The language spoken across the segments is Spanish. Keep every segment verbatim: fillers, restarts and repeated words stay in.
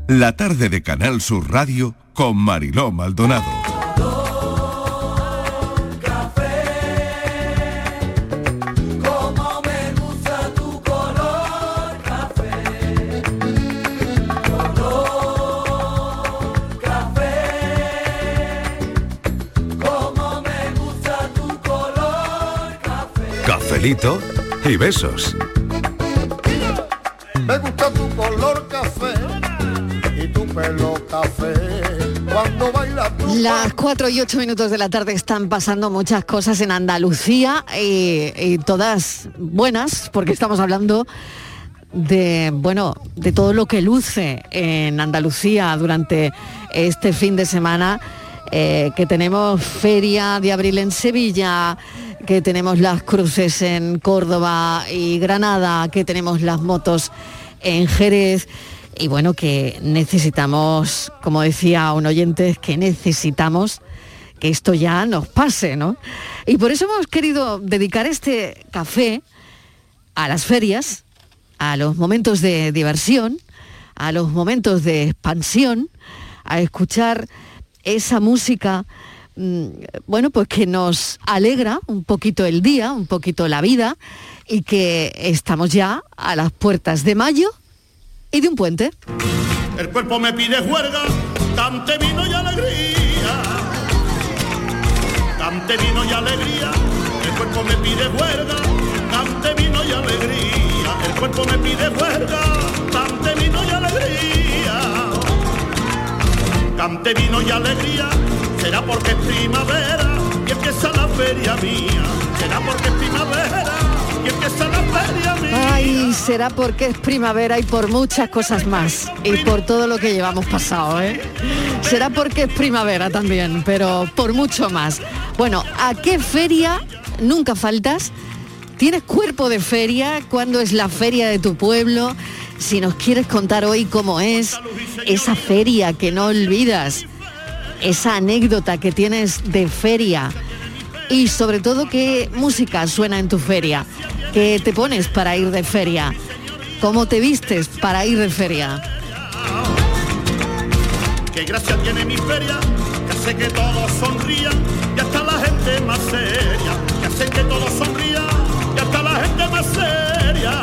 La tarde de Canal Sur Radio con Mariló Maldonado. Cafelito y besos. Me gusta tu color café y tu pelo café cuando bailas tú. Las cuatro y ocho minutos de la tarde están pasando muchas cosas en Andalucía y, y todas buenas, porque estamos hablando de, bueno, de todo lo que luce en Andalucía durante este fin de semana, eh, que tenemos Feria de Abril en Sevilla, que tenemos las cruces en Córdoba y Granada, que tenemos las motos en Jerez, y bueno, que necesitamos, como decía un oyente, que necesitamos que esto ya nos pase, ¿no? Y por eso hemos querido dedicar este café a las ferias, a los momentos de diversión, a los momentos de expansión, a escuchar esa música, bueno, pues que nos alegra un poquito el día, un poquito la vida, y que estamos ya a las puertas de mayo y de un puente. El cuerpo me pide juerga, cante vino y alegría, cante vino y alegría. El cuerpo me pide juerga, cante vino y alegría. El cuerpo me pide juerga, cante vino y alegría, cante vino y alegría. Será porque es primavera y empieza la feria mía. Será porque es primavera y empieza la feria mía. Ay, será porque es primavera y por muchas cosas más. Y por todo lo que llevamos pasado, ¿eh? Será porque es primavera también, pero por mucho más. Bueno, ¿a qué feria nunca faltas? ¿Tienes cuerpo de feria? ¿Cuándo es la feria de tu pueblo? Si nos quieres contar hoy cómo es esa feria que no olvidas, esa anécdota que tienes de feria, y sobre todo qué música suena en tu feria, qué te pones para ir de feria, cómo te vistes para ir de feria. Qué gracia tiene mi feria, que hace que todos sonrían y hasta la gente más seria, que hace que todos sonrían y hasta la gente más seria.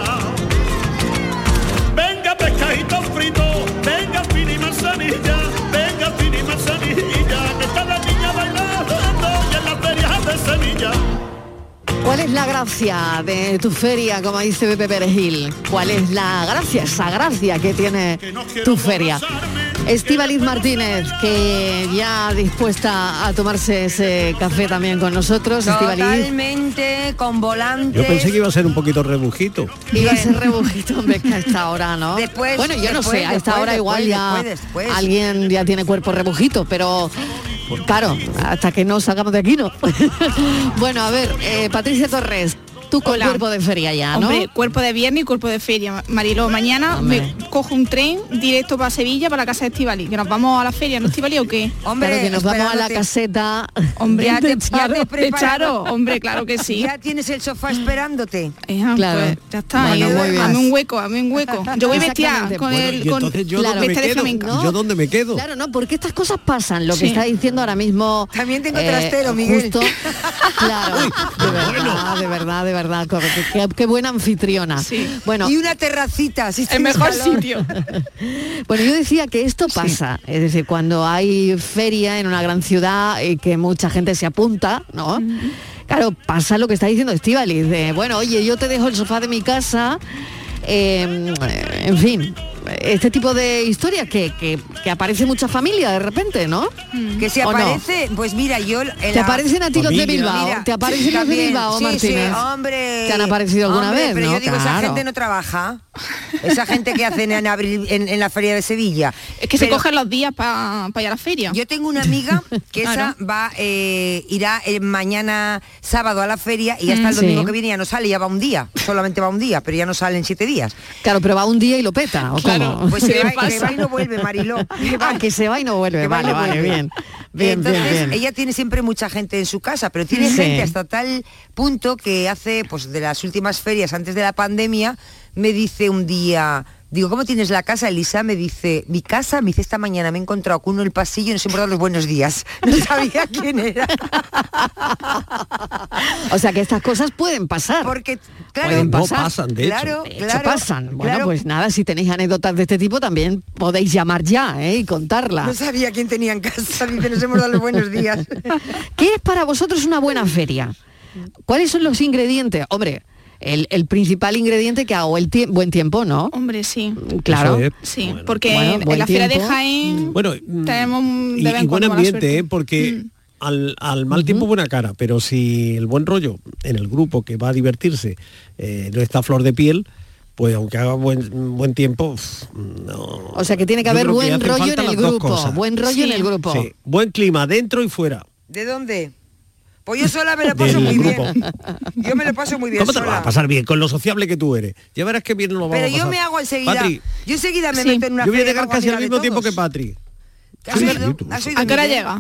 Venga pescadito frito, venga pini y manzanilla, venga pini y manzanilla, que está la niña bailando y en la feria de Sevilla. ¿Cuál es la gracia de tu feria, como dice Pepe Perejil? ¿Cuál es la gracia, esa gracia que tiene tu feria? Estíbaliz Martínez, que ya dispuesta a tomarse ese café también con nosotros. Totalmente, con volante. Yo pensé que iba a ser un poquito rebujito. Iba a ser rebujito, hombre, que a esta hora, ¿no? Después, bueno, yo después, no sé, a esta después, hora igual después, ya después, después. alguien ya tiene cuerpo rebujito, pero claro, hasta que no salgamos de aquí, ¿no? Bueno, a ver, eh, Patricia Torres, tú con Hola. Cuerpo de feria ya, ¿no? Hombre, cuerpo de viernes y cuerpo de feria. Mariló, mañana Hombre. me cojo un tren directo para Sevilla, para la casa de Estíbaliz. ¿Que nos vamos a la feria, no, Estíbaliz, o qué? Hombre, Claro, que nos vamos a la esperándote. caseta. Hombre, Ya te- de ya Charo, te he de preparado. Charo. Hombre, claro que sí. Ya tienes el sofá esperándote. Ejá, Claro. pues, ya está. Bueno, ahí, muy bien. Hazme un hueco, hazme un hueco. Yo voy vestida Exactamente. con Bueno, el y con entonces yo claro, dónde me veste de quedo. flamenco. ¿Y yo dónde me quedo? Claro, no, porque estas cosas pasan, lo que Sí. está diciendo ahora mismo. También tengo trastero, Miguel. Justo, claro, de verdad, de verdad, de verdad, qué, qué- qué buena anfitriona. Sí. Bueno, Y una terracita, si el tienes mejor calor. sitio. bueno, yo decía que esto pasa, es decir, cuando hay feria en una gran ciudad y que mucha gente se apunta, ¿no? Claro, pasa lo que está diciendo Estíbaliz, de, bueno, oye, yo te dejo el sofá de mi casa, eh, en fin, este tipo de historias que, que, que aparece mucha familia de repente, ¿no? Que se ¿O no? aparece, pues mira, yo... en ¿Te la- aparecen a ti los de Familia. Bilbao? Mira, ¿Te aparecen sí, los de también. Bilbao, Sí, Martínez? sí, hombre. ¿Te han aparecido alguna Hombre, vez, pero no? yo digo, esa Claro. gente no trabaja. Esa gente que hacen en abril en, en la feria de Sevilla. Es que se Pero cogen los días para ir a la feria. Yo tengo una amiga que Claro. esa va, eh, irá eh, mañana sábado a la feria y ya hasta el Mm, domingo sí. que viene ya no sale, ya va un día. Solamente va un día, pero ya no sale en siete días. Claro, pero va un día y lo peta, ¿o Claro, cómo? Pues ¿Qué que va, pasa? que va y no vuelve, Mariló. Que va. Ah, que se va y no vuelve, Que va y vale, no vale, vuelve. bien. Bien, Entonces, bien, bien. ella tiene siempre mucha gente en su casa, pero tiene Sí. gente hasta tal punto que hace, pues de las últimas ferias antes de la pandemia, me dice un día, Digo, ¿cómo tienes la casa? Elisa me dice, mi casa, me dice, esta mañana me he encontrado con uno en el pasillo y no sé por dar los buenos días. No sabía quién era. O sea que estas cosas pueden pasar. Porque, claro, pueden pasar. No pasan, de hecho. Claro, De hecho, claro, pasan. Bueno, claro. pues nada, si tenéis anécdotas de este tipo también podéis llamar ya, ¿eh? Y contarla. No sabía quién tenía en casa, dice, nos hemos dado los buenos días. ¿Qué es para vosotros una buena feria? ¿Cuáles son los ingredientes? Hombre, el, el principal ingrediente que hago, el tie- buen tiempo, ¿no? Hombre, sí. Claro. Eso es. Sí, Bueno. porque Bueno, en buen la feria de tiempo. Jaén Bueno, mm, tenemos de y, vez en y buen cuando mala ambiente, suerte. ¿eh? Porque al, al mal tiempo buena cara, pero si el buen rollo en el grupo que va a divertirse eh, no está a flor de piel, pues aunque haga buen buen tiempo, uf, no. O sea que tiene que Yo haber creo buen hacen rollo falta en el las dos grupo. cosas. Buen rollo Sí. en el grupo. Sí, buen clima dentro y fuera. ¿De dónde? Pues yo sola me lo paso Del muy grupo. bien. Yo me lo paso muy bien ¿Cómo te lo sola. vas a pasar bien con lo sociable que tú eres? Ya verás que bien nos lo vamos Pero a pasar. yo me hago enseguida. Patri, Yo enseguida me Sí. meto en una yo voy a feria y llegar me hago casi al amiga de mismo tiempo que todos. Patri. ¿Has Sí, oído? sí, tú. ¿Has oído, ¿A qué hora Miguel? llega?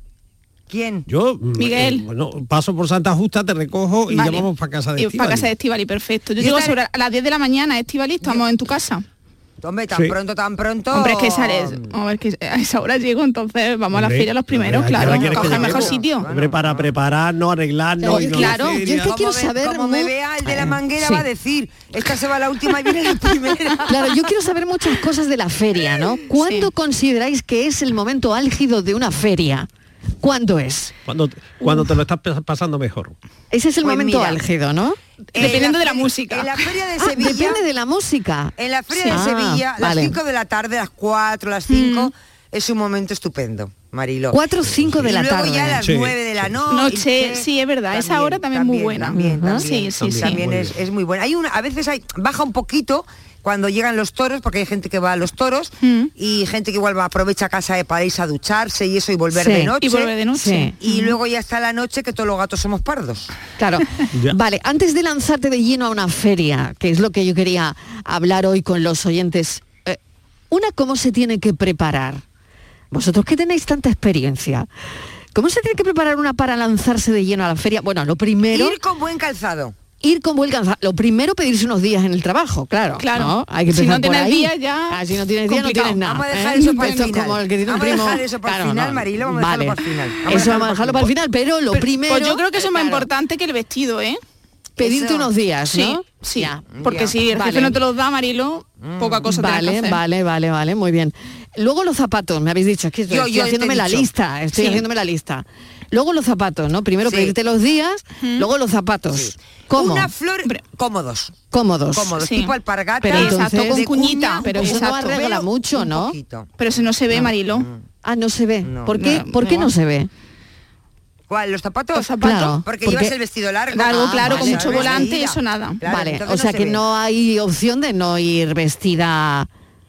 ¿Quién? Yo, mm, Miguel. eh, bueno, paso por Santa Justa, te recojo y Vale. ya vamos para casa de Y Estíbaliz. para casa de Estíbaliz, perfecto. Yo Yo llego estaré- sobre a las diez de la mañana, Estíbaliz, estamos en tu casa. Hombre, tan Sí. pronto, tan pronto. Hombre, es que sales, a ver, que a esa hora llego, entonces vamos a la Hombre, feria los primeros, hombre, ¿a qué claro, hora quieres que coge el mejor lleguemos? sitio. Hombre, para prepararnos, arreglarnos, Oye, irnos claro, a la yo feria. es que quiero Como me- saber Como me mu- vea el de la manguera Sí. va a decir, esta se va la última y viene la primera. Claro, yo quiero saber muchas cosas de la feria, ¿no? ¿Cuándo Sí. consideráis que es el momento álgido de una feria? ¿Cuándo es? Cuando, cuando te lo estás pas- pasando mejor. Ese es el Pues momento mira, álgido, ¿no? En Dependiendo de la feria- música. En la feria de Ah, Sevilla. depende de la música. En la feria Sí. de Ah, Sevilla, las vale. cinco de la tarde, las cuatro, las cinco, es un momento estupendo, Mariló. cuatro o cinco de Y la luego tarde. ya a las Sí, nueve de la sí. noche. Noche, sí, es verdad, esa hora también es muy buena. También, Ujú. también, Sí, sí, sí. También Muy es, bien. es muy buena. Hay una, a veces hay, baja un poquito cuando llegan los toros, porque hay gente que va a los toros Mm. y gente que igual va, aprovecha casa de- para irse a ducharse y eso y volver Sí. de noche. Y vuelve de noche. Sí. Y luego ya está la noche que todos los gatos somos pardos. Claro. Ya. Vale, antes de lanzarte de lleno a una feria, que es lo que yo quería hablar hoy con los oyentes, eh, una, ¿cómo se tiene que preparar? Vosotros que tenéis tanta experiencia, ¿cómo se tiene que preparar una para lanzarse de lleno a la feria? Bueno, lo primero, Ir con buen calzado. ir con buen calzado. Lo primero, pedirse unos días en el trabajo, claro. Claro. ¿no? Hay que Si empezar no por tienes ahí. días ya, Ah, si no tienes días no complicado. tienes nada. Vamos a dejar ¿eh? eso para el Esto es final. como el que tiene un Vamos a primo. dejar eso para el Claro, final, no. Marilo, vamos a dejarlo Vale. para el final. Vamos a Eso dejarlo vamos a dejarlo para el final, pero lo Pero- primero, Pues yo creo que eso es más claro, importante que el vestido, ¿eh? pedirte Eso. unos días, Sí, ¿no? sí. Ya. Porque Ya. si el Vale. jefe no te los da, Marilo, poca cosa tienes que Vale, hacer. vale, vale, vale, muy bien. Luego los zapatos, me habéis dicho, es que estoy, Yo- estoy yo te he haciéndome la dicho. lista, estoy Sí. haciéndome la lista. Luego los zapatos, ¿no? Primero Sí. pedirte los días, luego los zapatos. ¿Cómo? Una flor cómodos. Cómodos. Cómodos, Sí. tipo alpargata. Pero entonces- Exacto, con de cuñita. cuña, Pero eso no Exacto. arregla pero mucho, un ¿no? poquito. Pero si no se ve, Marilo. Ah, no se ve. No. ¿Por qué, No, ¿por qué no. no se ve? ¿Cuál? ¿Los zapatos? Los zapatos. Claro, Porque, porque- llevas el vestido largo. Largo, Ah, claro, vale. con mucho Vale. volante, Vestida. eso nada. Claro, vale, entonces o sea no se que ve. no hay opción de no ir vestida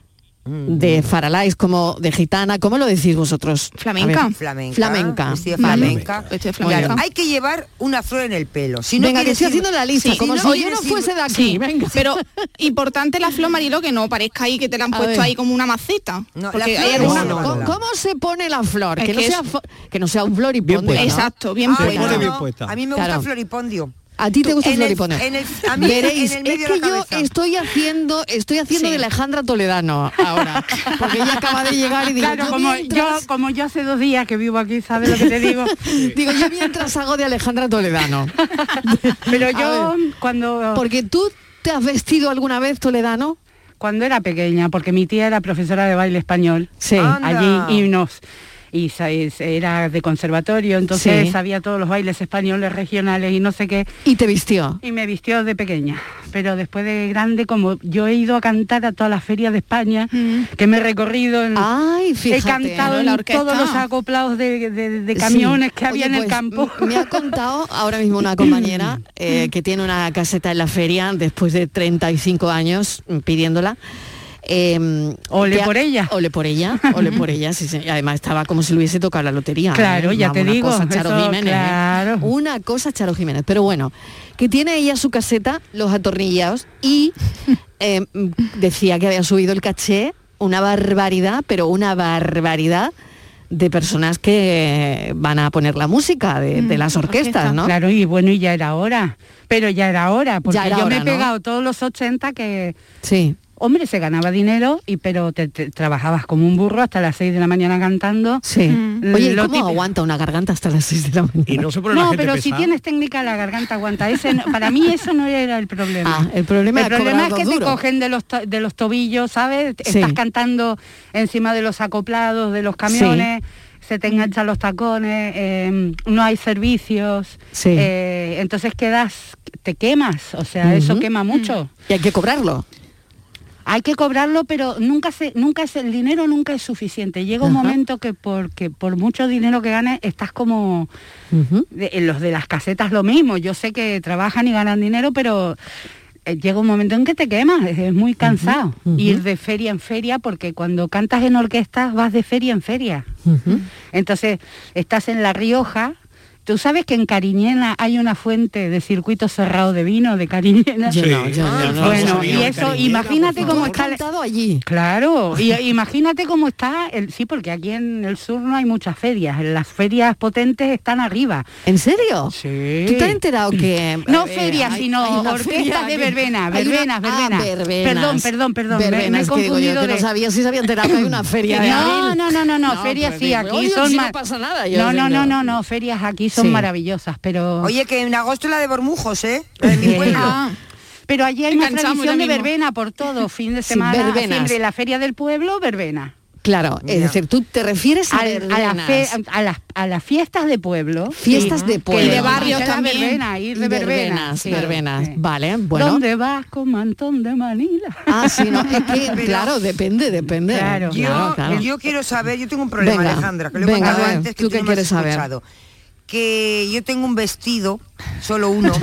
de faralais, como de gitana, ¿cómo lo decís vosotros? Flamenca. A ver. Flamenca. Flamenca. Vestido de Vale. flamenca. Vestido de Claro, flamenca. hay que llevar una flor en el pelo. Si no Venga, que quieres estoy ir- haciendo la lista, Sí, como si si, no yo no quieres ir- fuese de aquí. Sí, Venga. pero importante la flor, Marilo, que no parezca ahí que te la han A puesto ver. ahí como una maceta. No, porque la hay flor ¿Cómo, es alguna- una- cómo- cómo se pone la flor? Es Que no, que sea, es- fo- que no sea un floripondio. Bien puesta. ¿no? Exacto, bien Ah, Se puesta. pone no, bien no. puesta. A mí me Claro. gusta floripondio. A ti te gusta En el- floripondio. en el- a mí, Veréis, en el medio es de que la yo cabeza. estoy haciendo, estoy haciendo Sí. de Alejandra Toledano ahora, porque ella acaba de llegar y digo, Claro, yo como mientras, yo, como yo hace dos días que vivo aquí, ¿sabes lo que te digo? digo, yo mientras hago de Alejandra Toledano. Pero A yo ver. cuando, Porque tú te has vestido alguna vez Toledano. cuando era pequeña, porque mi tía era profesora de baile español Sí. Anda. allí y nos y sa- es- era de conservatorio, entonces Sí. sabía todos los bailes españoles regionales y no sé qué. Y te vistió. Y me vistió de pequeña, pero después de grande, como yo he ido a cantar a todas las ferias de España, Mm. que me he recorrido, en, Ay, he fíjate. cantado ¿no? en La orquesta. todos los acoplados de, de- de camiones Sí. que había Oye, en el pues, campo. m- Me ha contado ahora mismo una compañera eh, que tiene una caseta en la feria después de treinta y cinco años mm, pidiéndola. Eh, Ole que ha- por ella. Ole por ella, ole por ella, sí, sí. Y además estaba como si le hubiese tocado la lotería. Claro, ¿eh? ya Vamos, te una digo, cosa Charo eso, Jiménez, ¿eh? claro. Una cosa Charo Jiménez. Pero bueno, que tiene ella su caseta, los atornillados, y eh, mm, decía que había subido el caché, una barbaridad, pero una barbaridad de personas que van a poner la música de, de las orquestas, ¿no? Claro, y bueno, y ya era hora, pero ya era hora, porque Ya era yo hora, me he ¿no? pegado todos los ochenta que Sí. Hombre, se ganaba dinero, y pero te, te, trabajabas como un burro hasta las seis de la mañana cantando. Sí. Mm. Oye, ¿cómo típico. aguanta una garganta hasta las seis de la mañana? Y no se pone No, la gente pero pesada. si tienes técnica, la garganta aguanta. Ese no, para mí eso no era el problema. Ah, el problema, el problema es que duro. te cogen de los, to- de los tobillos, ¿sabes? Sí. Estás cantando encima de los acoplados, de los camiones. Sí. Se te enganchan los tacones, eh, no hay servicios, Sí. eh, entonces quedas, te quemas, o sea, uh-huh. eso quema mucho. Y hay que cobrarlo. Hay que cobrarlo, pero nunca se, nunca es el dinero nunca es suficiente. Llega un uh-huh. momento que porque por mucho dinero que ganes estás como uh-huh. de, en los de las casetas lo mismo. Yo sé que trabajan y ganan dinero, pero eh, llega un momento en que te quemas, es, es muy cansado uh-huh. ir de feria en feria, porque cuando cantas en orquestas vas de feria en feria. Uh-huh. Entonces estás en La Rioja. ¿Tú sabes que en Cariñena hay una fuente de circuito cerrado de vino de Cariñena? Yo no, yo ah, no, no, bueno, no, y eso, imagínate cómo está cantado allí. Claro, y imagínate cómo está el, sí, porque aquí en el sur no hay muchas ferias, las ferias potentes están arriba. ¿En serio? Sí. ¿Tú te has enterado que no eh, ferias, hay, sino hay orquestas de verbena, verbenas, una, verbenas. Ah, verbenas. Perdón, perdón, perdón, verbenas, me, me he confundido. Que digo yo, que de... no sabía si se había enterado que hay una feria de No, abril. no, no, no, no, no ferias pues, sí, digo, aquí oye, son si ma... no pasa nada. Yo no, no, digo, no, no, no, ferias aquí son sí. maravillosas, pero Oye, que en agosto la de Bormujos, ¿eh? La de mi pueblo. Ah. Pero allí hay una Enganchamos tradición de ya mismo. verbena por todo, fin de Sí, semana, verbenas. siempre la feria del pueblo, verbena. Claro, Mira. es decir, tú te refieres a, Al- a, verbenas. la fe- a, las, a las fiestas de pueblo. Fiestas sí, de pueblo. que Y de barrios ir a también. Verbena, ir de verbena. verbenas, sí, verbenas. sí. Vale, bueno. ¿Dónde vas con mantón de Manila? Ah, sí, no, es que, claro, depende, depende. Claro. Yo, claro, claro. yo quiero saber, yo tengo un problema, Venga, Alejandra, que lo he venga, contado a ver, antes, que ¿tú tú qué no me has quieres saber? escuchado. Que yo tengo un vestido, solo uno,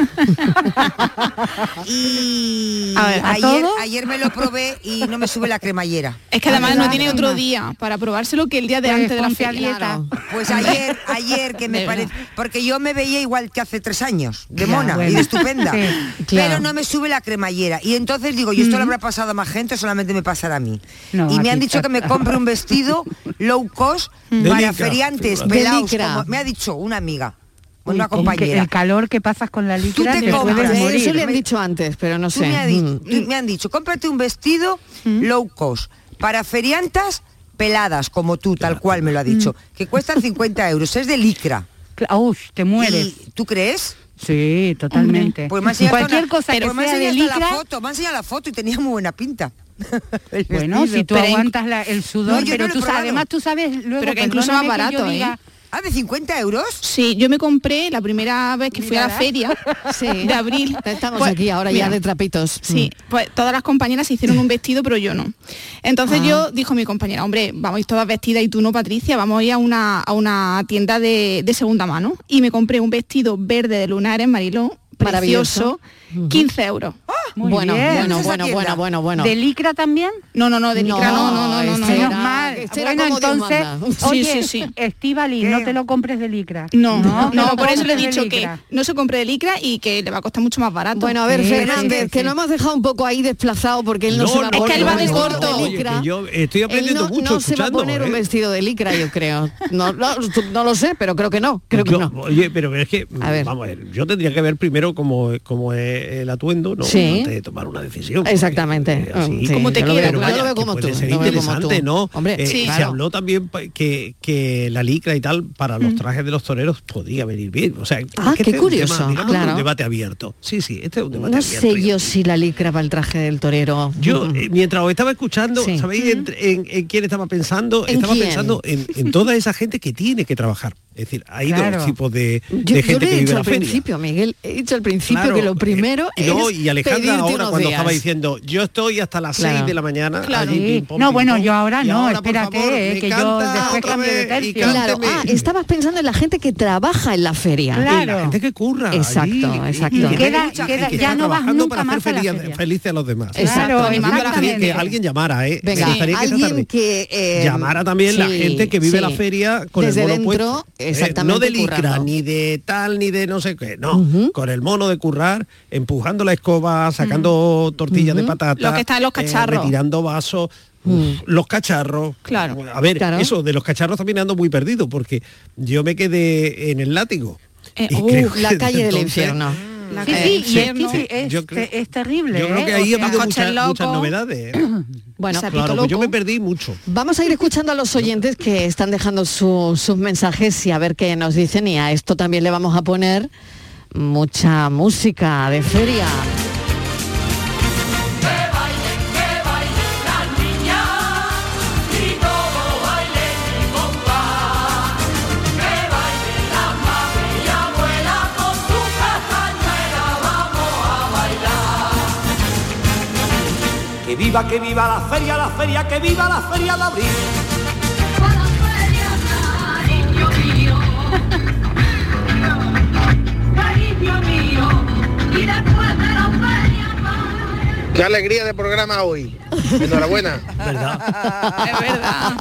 y A ver, ¿a ayer, todo? ayer me lo probé y no me sube la cremallera. Es que además Ah, no claro. tiene otro día para probárselo que el día de Pues antes de la ponte a feria. dieta. Claro. Pues ayer, ayer que me De parece, porque yo me veía igual que hace tres años, de Ya, mona bueno. y de estupenda, Sí, claro. pero no me sube la cremallera. Y entonces digo, ¿y esto le habrá pasado a más gente o solamente me pasará a mí? No, y me a han ti. dicho que me compre un vestido low cost De para licra. feriantes De pelados, licra. como me ha dicho una amiga, Uy, una es que compañera. el calor que pasas con la licra te te compras, puedes ¿eh? morir. Eso le han Me- dicho antes, pero no Tú sé. me, ha di- Mm. tú- me han dicho, cómprate un vestido low cost para feriantas peladas, como tú, tal cual me lo ha dicho, que cuestan cincuenta euros, es de licra. Cla- Uy, te mueres. ¿Y tú crees? Sí, totalmente. Pues me ha enseñado Cualquier una- cosa que pues me ha sea de enseñado hasta licra, la foto, me ha enseñado la foto y tenía muy buena pinta. El bueno, vestido. si tú Pero in- aguantas la- el sudor, No, yo pero no lo he tú sa- probado. además tú sabes luego, Pero que incluso más perdóname que yo barato, diga, ¿eh? Ah, ¿de cincuenta euros? Sí, yo me compré la primera vez que fui a la Mírala. feria Sí. de abril. Estamos Pues, aquí ahora mira, ya de trapitos. Sí, pues todas las compañeras se hicieron un vestido, pero yo no. Entonces Ah. yo dijo mi compañera, hombre, vamos a ir todas vestidas y tú no, Patricia, vamos a ir a una, a una tienda de, de segunda mano. Y me compré un vestido verde de lunares, Mariló, Maravilloso. precioso, quince euros. Muy bueno, bien. bueno, ¿Dónde es esa bueno, tienda? bueno, bueno, bueno. ¿De licra también? No, no, no, de licra, no, no, no, no, no. este Menos era- mal. este era Bueno, como Dios entonces, manda. oye, Sí, sí, sí. Estíbaliz, ¿Qué? no te lo compres de licra. No, no, te lo por eso le he compres de dicho que licra. no se compre de licra y que le va a costar mucho más barato. Bueno, a ver, Sí, Fernández, sí, que sí. lo hemos dejado un poco ahí desplazado porque él no, No, se va a no, poner es que él va un de vestido corto. de Oye, licra. que yo estoy aprendiendo Él no, mucho no se va a escuchando, poner un ¿eh? vestido de licra, yo creo. No, no, no lo sé, pero creo que no. Creo que Yo- no. Oye, pero es que, A ver. vamos a ver, yo tendría que ver primero cómo, cómo es el atuendo, ¿no? Sí. Antes de tomar una decisión. porque, Exactamente. eh, así, Mm, sí, Como te yo lo quiera, veo- claro. Yo lo veo que como puede tú. ser lo veo como interesante, tú. ¿no? Hombre, Eh, Sí. Se claro. habló también pa- que, que la licra y tal para los trajes de los toreros podía venir bien. O sea, Ah, que qué este es un curioso, tema, digamos, claro. un debate abierto. Sí, sí, este es un debate No abierto. sé yo si la licra va el traje del torero. Yo, Mm. eh, mientras os estaba escuchando, Sí. ¿sabéis en, en- en quién estaba pensando? ¿En Estaba quién? pensando en, en toda esa gente que tiene que trabajar. Es decir, hay Claro. dos tipos de, Yo, de yo gente le he que vive dicho la al feria. principio, Miguel, he dicho al principio Claro, que lo primero eh, no, es y Alejandra pedirte ahora unos cuando días. estaba diciendo yo estoy hasta las Claro. seis de la mañana Claro. allí, Sí. pim, pom, No, pim, bueno, pom, yo ahora y no, ahora, por espérate, favor, eh, me que yo canta después otra cambio de vez y tercio. Claro, cánteme. ah, estabas pensando en la gente que trabaja en la feria. Claro. Y la gente que curra Exacto, allí, exacto. y que Queda- mucha queda- gente que ya está no vas trabajando nunca para más hacer a la feliz- feria. felices a los demás. Exacto, Claro, Animando a la gente, que exactamente. alguien llamara, ¿eh? Venga, Me gustaría que esta alguien tarde que... eh, llamara también la sí, gente que vive sí. la feria con Desde el mono dentro, puesto. Eh, exactamente, no de licra, currando. ni de tal, ni de no sé qué. No, Ujú. con el mono de currar, empujando la escoba, sacando tortillas de patata. Lo que está en los eh, cacharros. retirando vasos. Uf, los cacharros. Claro. A ver, Claro. eso de los cacharros también ando muy perdido porque yo me quedé en el látigo. Eh, Y uh, creo que la calle del entonces, infierno. La Sí, que- sí, y sí, es, ¿no? sí, es, Yo creo- es terrible. Yo creo que ¿eh? ahí O ha sea, habido coches muchas, locos. muchas novedades. ¿eh? Bueno, Sapito Claro, pues yo loco. me perdí mucho. vamos a ir escuchando a los oyentes que están dejando su- sus mensajes y a ver qué nos dicen, y a esto también le vamos a poner mucha música de feria. Que viva, que viva la feria, la feria, que viva la feria de abril. Qué alegría de programa hoy. Enhorabuena. ¿Verdad? Es verdad.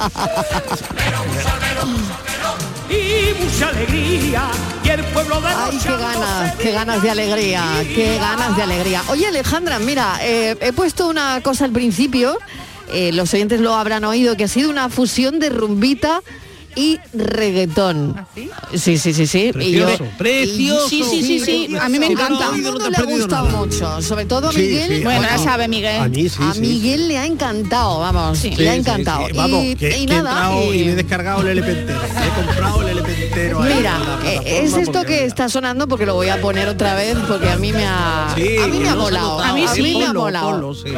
Y mucha alegría. Y el pueblo de Ay, qué ganas, qué ganas de alegría, qué ganas de alegría. Oye, Alejandra, mira, eh, he puesto una cosa al principio, eh, los oyentes lo habrán oído, que ha sido una fusión de rumbita y reggaetón. ¿Ah, sí? Sí, sí, sí, sí. Precioso, y precioso. Sí, sí, sí, sí. A mí me Si no lo encanta. has A oído, todo el no mundo te le has ha perdido gustado nada. mucho, sobre todo a Sí, Miguel. sí, Bueno, a ya mí- sabe, Miguel. A mí sí, a sí, Miguel le ha encantado, vamos, Sí. le ha Sí, sí, encantado. sí. Vamos, y, que, y que he nada, entrado y y- me he descargado el L P entero. Me he comprado el L P entero. ahí Mira, en la eh, plataforma es esto porque, que mira, está sonando porque lo voy a poner otra vez porque a mí me ha, Sí, a mí que me ha no se ha molado. notado. A mí Sí, me ha ponlo, molado. ponlo, sí.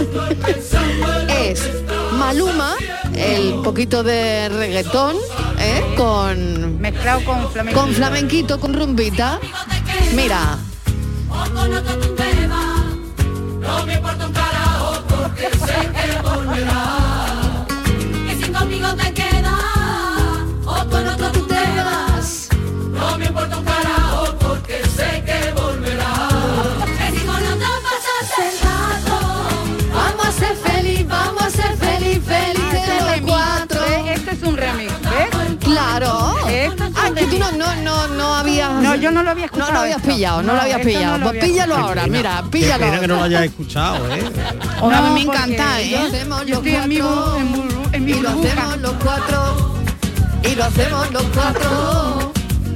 Es Maluma, el poquito de reggaetón, ¿eh? con Mezclado con flamenco. con flamenquito, con rumbita. Mira, No me importa un carajo porque sé que volverá. Que si conmigo te quedas o con otro tú te vas. No me importa un carajo porque sé que volverá. Que si con otro pasas el rato. Vamos a ser feliz, vamos a ser feliz, felices Este los remix, cuatro. ¿ves? Este es un remix, ¿ves? claro. Esto es un Ah, que tú no, remix. no, no, no habías. No, yo no lo había No escuchado. lo habías esto. pillado, no, lo habías esto no pillado. lo Pues había píllalo escuchado. ahora, mira, Qué píllalo. pena que no lo hayas escuchado, ¿eh? No, a mí me porque encanta, yo- ¿eh? Hacemos Yo los estoy en mi, cuatro, bu- en burbu- en mi y lo burbuja. hacemos los cuatro, y lo hacemos los cuatro.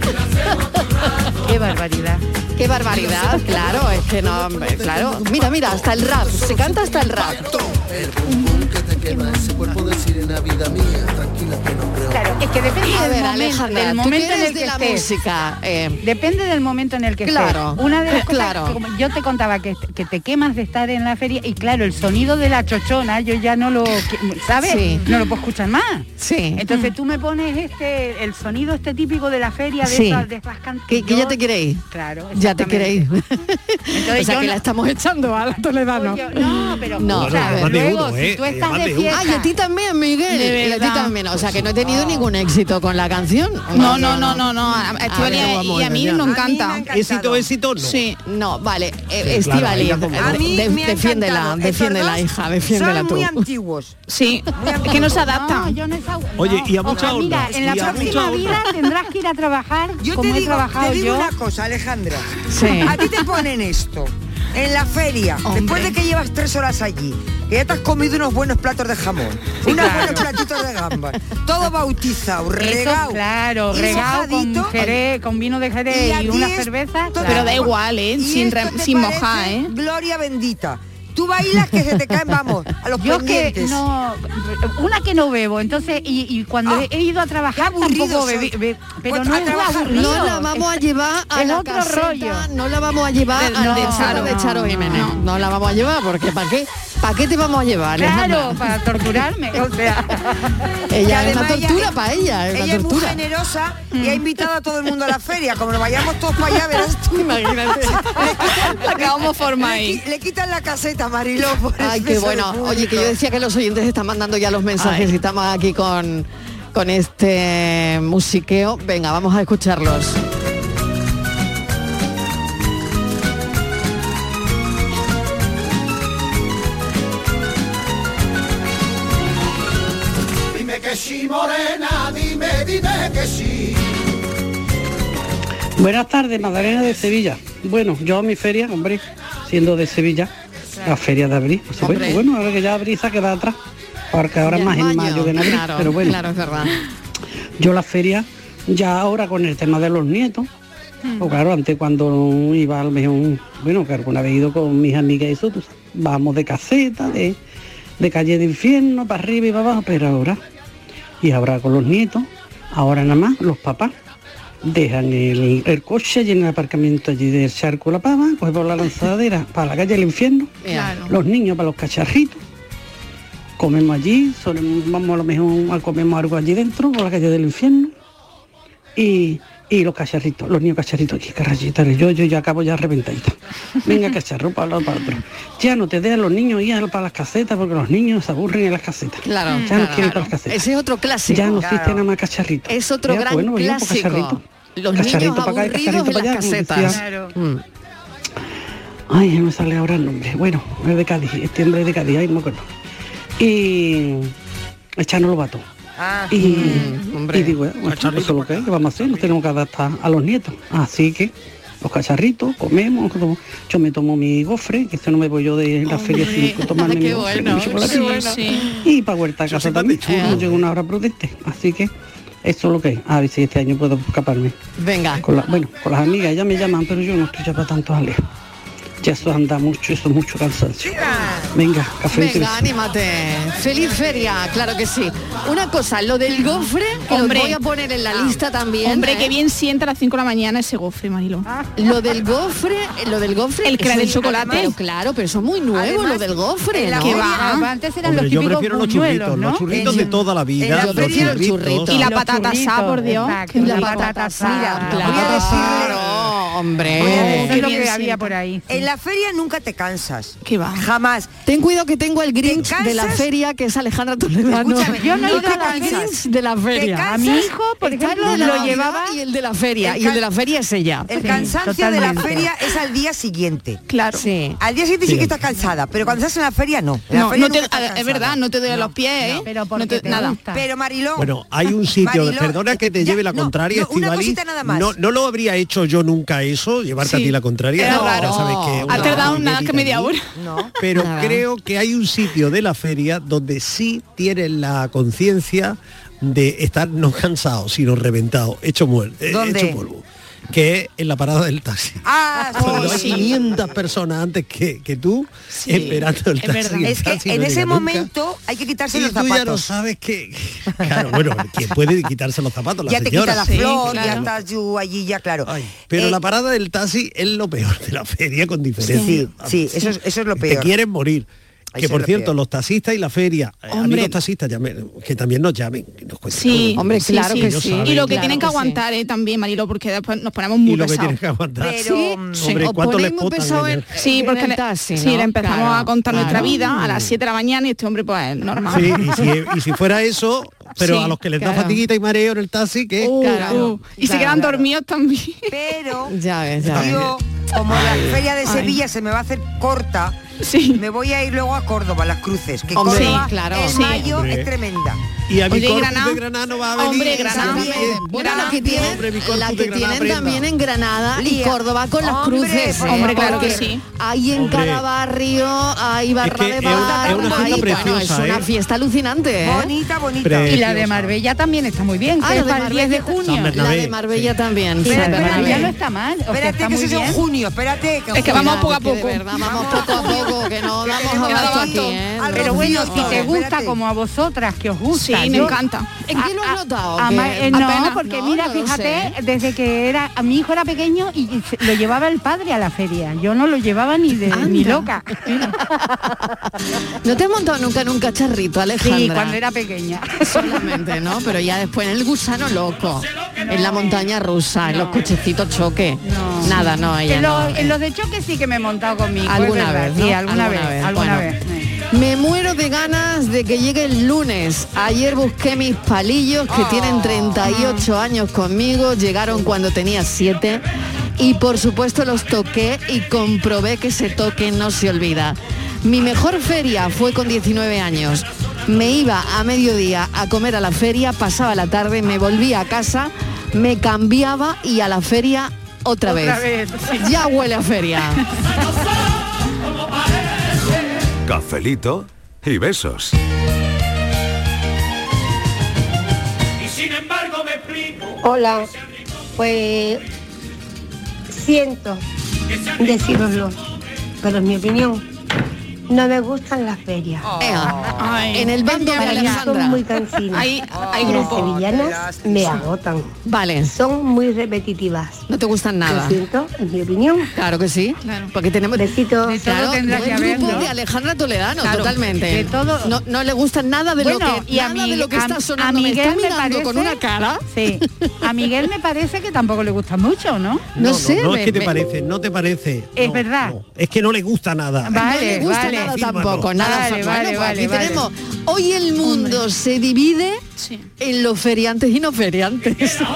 Qué barbaridad. Qué barbaridad, claro, es que no, hombre, claro. Mira, mira, hasta el rap, se canta hasta el rap. El bum bum que te quema, ese cuerpo de sirena, vida mía, tranquila que no creo. Claro, es que depende A del ver, momento, Alejandra, del tú momento que en eres el de que la estés. música, eh, Depende del momento en el que Claro, estés. Una de las cosas claro. que, como yo te contaba que, que te quemas de estar en la feria y claro, el sonido de la chochona, yo ya no lo, ¿sabes? Sí. No lo puedo escuchar más. sí. Entonces tú me pones este, el sonido este típico de la feria de, Sí. esas, de esas can- Que, que ya te quiere ir. Claro. Ya te quiere ir. Entonces o sea yo que no- la estamos echando a la Toledano. Oye, no, pero No, o sea, a ver. Más de luego uno, si ¿eh? tú estás Más de de uno. fiesta. Ay, a ti también, Miguel. De Y a ti verdad. también. O sea que no he tenido ningún éxito con la canción. No, no, no, no, no. A Estivali ver, vamos y a a mí engañar. nos A mí me encanta. encanta. Éxito, éxito, no. Sí. No, vale. Eh, Sí, Estíbaliz, claro, ella como- de- A mí de- me ha defiéndela, encantado. defiéndela, Estos hija, dos defiéndela son tú. muy antiguos. Sí. Es que no se No, adaptan. yo no he sab- Oye, y a no. mucha Ojalá, Mira, honra, en la y a mucha próxima honra. vida tendrás que ir a trabajar Yo como te he digo, trabajado te digo yo. una cosa, Alejandra. Sí. A ti te ponen esto en la feria, Hombre. después de que llevas tres horas allí, que ya te has comido unos buenos platos de jamón, unos claro. buenos platitos de gambas, todo bautizado, Eso, regado, claro, y regado con mojadito. jerez, con vino de jerez Y a y, ti una es cerveza. todo- Pero da igual, ¿eh? Y Sin, esto re- te sin parece mojar, ¿eh? Gloria bendita. Tú bailas que se te caen, vamos, a los Yo que pendientes. no, una que no bebo, entonces, y, y cuando Ah, he, he ido a trabajar qué aburrido tampoco soy. bebí, be- pero Pues no a es trabajar aburrido. No la vamos a llevar a es la otro caseta, rollo. no la vamos a llevar De- al no, de Charo, no, de Charo Jiménez. no. No la vamos a llevar porque ¿para qué? ¿Para qué te vamos a llevar, Claro, Alejandra? para torturarme, o sea. Y Ella es una además ella- tortura para ella, es Ella una es muy tortura. generosa y ha invitado a todo el mundo a la feria. Como nos vayamos todos para allá, verás tú. Imagínate. Acabamos forma Le, ahí. qui- le quitan la caseta, Mariló. por Ay, el qué beso bueno. del Oye, que yo público. decía que los oyentes están mandando ya los mensajes Ay. y estamos aquí con, con este musiqueo. Venga, vamos a escucharlos. Dime que sí, morena, dime, dime que sí. Buenas tardes, Magdalena de Sevilla. Bueno, yo a mi feria, hombre, siendo de Sevilla, la feria de abril. O sea, bueno, Hombre. bueno, ahora que ya abril se ha quedado atrás, porque ahora Ya es más en mayo que en abril, claro, pero bueno, claro, es verdad. yo la feria, ya ahora con el tema de los nietos, O claro, antes cuando iba al mejor, bueno, que alguna vez he ido con mis amigas y eso, pues, vamos de caseta, de, de calle de infierno, para arriba y para abajo, pero ahora, y ahora con los nietos, ahora nada más los papás dejan el, el coche allí en el aparcamiento allí del Charco La Pava, pues por la lanzadera para la calle del infierno, Claro. los niños para los cacharritos, comemos allí, solemos- vamos a lo mejor a comemos algo allí dentro, por la calle del infierno, y, y los cacharritos, los niños cacharritos aquí, carrayita, yo, yo ya acabo ya reventadita. Venga, cacharro, para un lado, para otro. Ya no te dejan los niños ir a- para las casetas, porque los niños se aburren en las casetas. Claro, Ya no claro, quieren ir claro. para las casetas. Ese es otro clásico. Ya no Claro. existe nada más cacharrito. Es otro Ya, gran bueno, pues yo, pues, clásico. cacharrito. Los Cacharrito niños para acá, aburridos cacharrito en para las allá, como casetas. decía. Mm. Ay, no me sale ahora el nombre. Bueno, es de Cádiz, este hombre es de Cádiz, ay, no me acuerdo. Y echando los vatos. Ah, Y, Mm, y digo, bueno, eso es lo que es, ¿qué vamos a hacer? Nos tenemos que adaptar a los nietos. Así que los cacharritos, comemos, como- yo me tomo mi gofre, que eso no me voy yo de la feria sin tomarme mi Qué gofre, bueno, mi chocolate. qué bueno. Y para huerta a casa también, chulo. no llego una hora prudente. Así que eso es lo que es. A ver si este año puedo escaparme. Venga. Con la- bueno, con las amigas, ellas me llaman, pero yo no estoy ya para tanto jaleo. Ya eso anda mucho, eso es mucho cansancio. Venga, café y Venga, beso. anímate. Feliz feria, claro que sí. Una cosa, lo del gofre, que Hombre. lo voy a poner en la lista también. Hombre, ¿eh? qué bien sienta a las cinco de la mañana ese gofre, Marilo. Lo del gofre, lo del gofre. El que era eso de es- chocolate. Pero claro, pero eso es muy nuevo, Además, lo del gofre, en la ¿no? feria- va. Antes eran Hombre, los yo típicos prefiero los buñuelos, churritos, ¿no? los churritos En- de toda la vida, en la los feria los churritos. churritos. Y la Los patata asada, churritos, por Dios. exacto, Qué La rico. patata asada, Mira, claro. voy a decirle- Claro, hombre. Voy a Eso decir- es lo Qué que bien había sienta. por ahí. En la feria nunca te cansas. ¿Qué va? Jamás. Ten cuidado que tengo el Grinch ¿Te de la cansas? feria, que es Alejandra Toledano. Escúchame, yo no he Yo ido a tengo la el feria. Grinch de la feria. ¿Te A mi cansas? hijo, por Está ejemplo, el de la lo Navidad llevaba y el de la feria. El Y el de can- la feria es ella. El Sí, cansancio de la totalmente. feria es al día siguiente. Claro. Sí. Al día siguiente sí, Sí. que estás cansada, pero cuando estás en la feria no. En la No, feria no te, nunca estás es cansada. verdad, no te duelen los pies, ¿eh? Pero no porque te, te nada. gusta. Pero Mariló, Bueno, hay un sitio, Mariló, perdona que te ya, lleve la no, contraria, no, una Estivali. cosita nada más. No, no lo habría hecho yo nunca eso, llevarte Sí. a ti la contraria. Era no, raro. ya sabes que Ha una tardado cosa nada que inédita media aquí. hora. no. Pero Nada. creo que hay un sitio de la feria donde sí tienen la conciencia de estar no cansado, sino reventado, hecho, muer- eh, ¿Dónde? hecho polvo. Que es en la parada del taxi. Ah, Cuando sí, hay sí. quinientas personas antes que, que tú Sí, esperando el es taxi. verdad. el Es que taxi en no ese llega nunca. momento hay que quitarse Y los tú ya no zapatos. sabes que... Claro, bueno, ¿quién puede quitarse los zapatos? La Ya te señora. quita la Sí, flor, claro. ya estás tú allí, ya claro. Ay, pero Eh, la parada del taxi es lo peor de la feria, con diferencia. Sí, eso es, eso es lo Te peor. quieren morir. Eso Que es por lo cierto, peor. los taxistas y la feria, eh, Hombre. amigos taxistas, llamen, que también nos llamen, que nos cuenten Sí, todo. Hombre, sí, claro sí. que Ellos sí. saben. Y lo que Claro tienen que que sí. aguantar eh, también, Marilo, porque después nos ponemos muy Y lo que pesados. tienen que aguantar. Pero, Sí, mm, sí. Hombre, Os ¿cuánto ponéis les muy potan pesado en en, el- Sí, en porque el le, taxi, sí, ¿no? le empezamos Claro, a contar nuestra claro. vida a las siete de la mañana y este hombre pues normal. Sí, y si, y si fuera eso, pero Sí, a los que les da claro. fatiguita y mareo en el taxi, que Uh, Claro, uh, y se claro, quedan claro. dormidos también. pero Ya ves, ya ves. yo, como la feria de Ay. Sevilla se me va a hacer corta, Sí. me voy a ir luego a Córdoba, Las Cruces, que Hombre, Córdoba sí, claro. en Sí. mayo Hombre. es tremenda. y a mi Oye, Corpus Granada. de Granada no va a venir. Hombre, Granada. nadie. Bueno, Granada. la que tienen, Hombre, mi Corpus la de que Granada, tienen Brenda. también en Granada y Lía. Córdoba con las Hombre, cruces. por ¿eh? Hombre, claro Porque que sí. hay en Hombre. cada barrio, hay barra que de es una- bar, es una hay- fiesta bueno, es preciosa, una ¿eh? fiesta alucinante, ¿eh? Bonita, bonita. Pre- Y la de Preciosa. Marbella también está muy bien, Ah, que la es de para el diez de Marbella. junio. San La Bernabé. de Marbella también. Pero, San pero Bernabé. ya no está mal. o sea, Espérate está que muy eso es en bien. junio, espérate. Es que vamos poco a Que de poco. verdad, vamos poco a poco, que no damos tenemos abasto aquí aquí, ¿eh? al Pero bueno, Rocío, si te espérate. gusta como a vosotras, que os gusta. Sí, me yo- encanta. ¿En qué lo A- has notado? a- Que- ama- eh, no, apenas, porque no, mira, no lo fíjate, sé. desde que era a mi hijo era pequeño y y se- lo llevaba el padre a la feria. Yo no lo llevaba ni de ni Anda. loca. ¿No te has montado nunca en un cacharrito, Alejandra? Sí, cuando era pequeña. Solamente, ¿no? Pero ya después en el gusano loco, en la montaña rusa, en los cochecitos choque. No. Nada, no, ella En, no. los, en los de choque sí que me he montado con mi hijo. es Alguna verdad, vez, sí, ¿no? alguna, Alguna vez, vez, alguna bueno. vez. sí. Me muero de ganas de que llegue el lunes. Ayer busqué mis palillos que tienen treinta y ocho años conmigo, llegaron cuando tenía siete y por supuesto los toqué y comprobé que ese toque no se olvida. Mi mejor feria fue con diecinueve años. Me iba a mediodía a comer a la feria, pasaba la tarde, me volvía a casa, me cambiaba y a la feria otra, Otra vez. vez, sí. Ya huele a feria. Cafelito y besos. Y sin embargo me explico. Hola, pues siento decíroslo, pero en mi opinión, no me gustan las ferias. En el bando de Para mí Alejandra. son muy cansinas. Hay- hay Y las grupo. sevillanas me agotan. Vale. Son muy repetitivas. No te gustan nada. Lo siento, en mi opinión. Claro que sí. Porque tenemos besitos. De todo Claro, tendrá buen que haber, grupo ¿no? de Alejandra Toledano, Claro, totalmente. de todo. No, no le gusta nada de Bueno, lo que y a nada de mí- lo que a- está sonando. a Me está Miguel me mirando con parece- una cara. Sí. A Miguel me parece que tampoco le gusta mucho, ¿no? No sé, No me- es que te me- parece, no te parece. Es No, verdad. no, es que no le gusta nada. Vale, no le gusta vale. nada Fírmalo. tampoco, nada. Vale, Bueno, vale, pues vale, aquí vale. tenemos. Hoy el mundo se divide en los feriantes y no feriantes.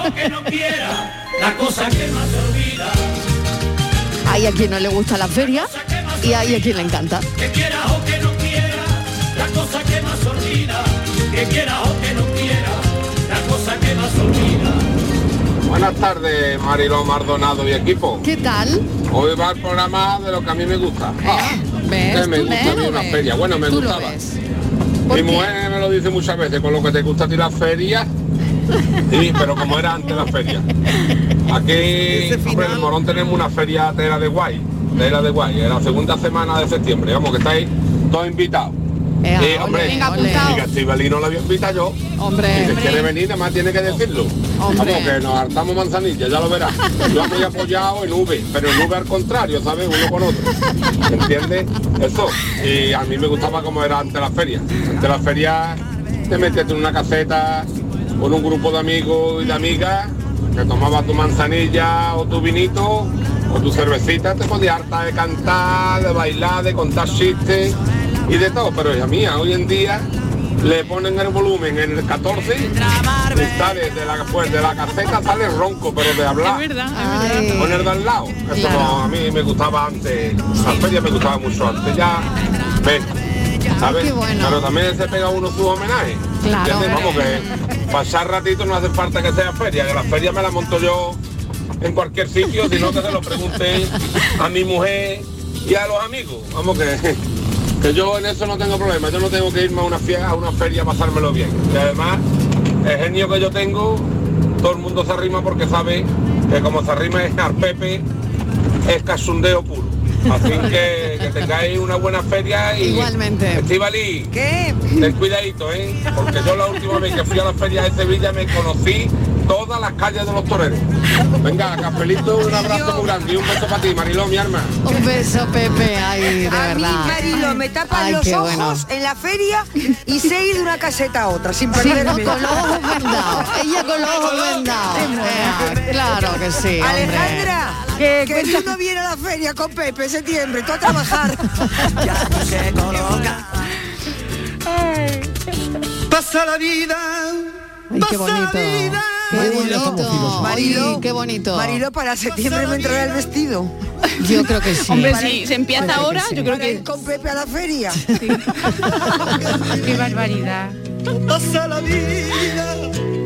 La cosa que más se olvida, Hay a quien no le gusta la feria y hay a quien le encanta. que quiera o que no quiera, la cosa que más se olvida, que quiera o que no quiera, la cosa que más se olvida. Buenas tardes, Mariló Maldonado y equipo. ¿Qué tal? Hoy va el programa de lo que a mí me gusta. Ah, ¿Ves? que me Tú gusta a ves, mí lo una ves. feria. Bueno, me Tú lo gustaba. ves. ¿Por Mi qué? mujer me lo dice muchas veces, con lo que te gusta a ti la feria. Sí, pero como era antes la feria. Aquí, hombre, en el Morón tenemos una feria de la de Guay, de la de Guay, en la segunda semana de septiembre. Vamos, que estáis todos invitados. Ea, Sí, ole, hombre, venga, apuntado. y que a Estivali no la había invitado yo. Hombre, Si te hombre. quiere venir, nada más tiene que decirlo. Hombre. Vamos, que nos hartamos manzanilla, ya lo verás. Yo estoy apoyado en V, pero en V al contrario, ¿sabes? Uno con otro. ¿Entiendes? Eso. Y a mí me gustaba como era antes la feria. Antes la feria te metías en una caseta con un grupo de amigos y de amigas, que tomabas tu manzanilla o tu vinito o tu cervecita, te podías hartar de cantar, de bailar, de contar chistes y de todo. Pero hija mía, hoy en día le ponen el volumen en el catorce y sale de la, pues, de la caseta sale ronco, pero de hablar. Es verdad, Ay. Con el de al lado. Eso Claro. no, a mí me gustaba antes. La feria me gustaba mucho antes. Ya, ven, ¿sabes? Qué bueno. Pero también se pega uno su homenaje. Claro. ¿Entiendes? Vamos, que pasar ratito no hace falta que sea feria, que la feria me la monto yo en cualquier sitio, sino que se lo pregunte a mi mujer y a los amigos. Vamos, que, que yo en eso no tengo problema. Yo no tengo que irme a una, fie- a una feria a pasármelo bien. Y además, el genio que yo tengo, todo el mundo se arrima porque sabe que como se arrima es al Pepe, es casundeo puro. Así que que tengáis una buena feria y... Igualmente. Estivali, ¿Qué? ten cuidadito, ¿eh? Porque yo la última vez que fui a la feria de Sevilla me conocí todas las calles de los toreros. Venga, Capelito, un abrazo muy grande y un beso para ti, Mariló, mi arma. Un beso, Pepe, ay, de A mí, verdad. Marilo, me tapan Ay, los qué ojos bueno. en la feria y sé ir de una caseta a otra, sin Sí, perderme. no, con los ojos vendados. Ella con los ojos vendados. Ea, claro que sí, hombre. Alejandra, Que que tú no vienes a la feria con Pepe en septiembre, tú a trabajar. Pasa la vida, Ay, qué bonito. Qué bonito. Marilo, Ay, qué bonito. Marilo, para septiembre me entrará el vestido. Yo creo que sí. Hombre, si se empieza Yo creo que ahora, sí. yo creo Para ir que con Pepe a la feria. Qué barbaridad. pasa la vida,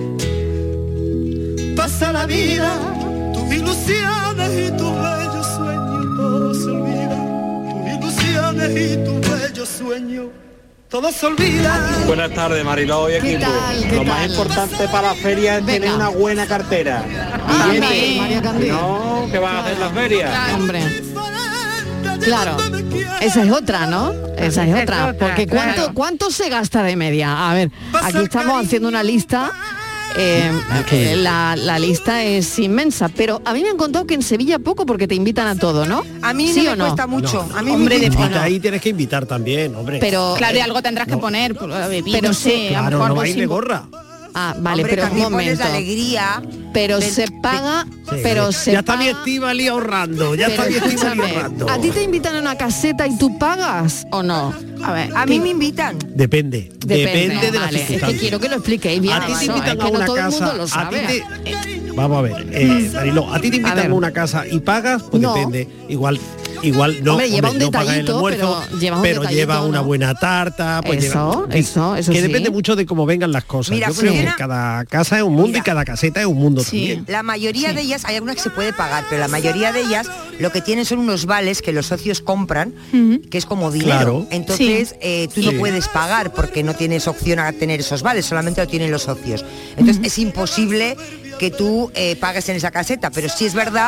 pasa la vida, tus ilusiones y tus bellos sueños, todo se olvida, tus ilusiones y tus bellos sueños, todo se olvida. Buenas tardes, Mariló y ¿Qué equipo. tal? ¿Qué Lo más tal? importante para la feria es Venga. tener una buena cartera. Ah, Billete. María, María Candí. No, ¿qué vas a hacer la feria? Hombre. Claro, esa es otra, ¿no? Esa es Esa es otra. otra, Porque ¿cuánto, claro. ¿cuánto se gasta de media? A ver, aquí estamos haciendo una lista. eh, eh, la, la lista es inmensa, pero a mí me han contado que en Sevilla poco porque te invitan a todo, ¿no? A mí ¿Sí no o me no? cuesta mucho. No. A mí Hombre, me de invita- Y ahí tienes que invitar también, hombre. Pero claro, y eh, algo tendrás que no. poner, pues, bebida, Pero no sí, sé, a lo Claro, mejor no algo vais de sin- gorra. ah, vale, Hombre, pero un también pones momento. la alegría. Pero del- se paga, Sí. pero se ya está mi paga. Estíbali ahorrando, ya Pero está mi Estíbali escúchame, ahorrando. ¿a ti te invitan a una caseta y tú pagas o no? A ver, a mí me invitan. Depende, depende, de las vale, es que circunstancias. quiero que lo expliquéis bien. A ti te eso, invitan es que a una no todo el casa, mundo lo a ti sabe. te- vamos a ver, eh, Mariló, a ti te A invitan ver. a, una casa y pagas, pues No. depende. Igual, igual no, Hombre, lleva un no pagas el detallito, almuerzo, pero lleva un pero detallito, lleva una ¿no? buena tarta, pues Eso, lleva, eso, eso que sí. depende mucho de cómo vengan las cosas. Mira, Yo creo funciona- que cada casa es un mundo Mira. y cada caseta es un mundo Sí. también. La mayoría de ellas, hay algunas que se puede pagar, pero la mayoría de ellas lo que tienen son unos vales que los socios compran, que es como dinero. Claro. Entonces eh, tú Sí. no puedes pagar porque no tienes opción a tener esos vales, solamente lo tienen los socios. Entonces es imposible que tú eh, pagues en esa caseta, pero sí es verdad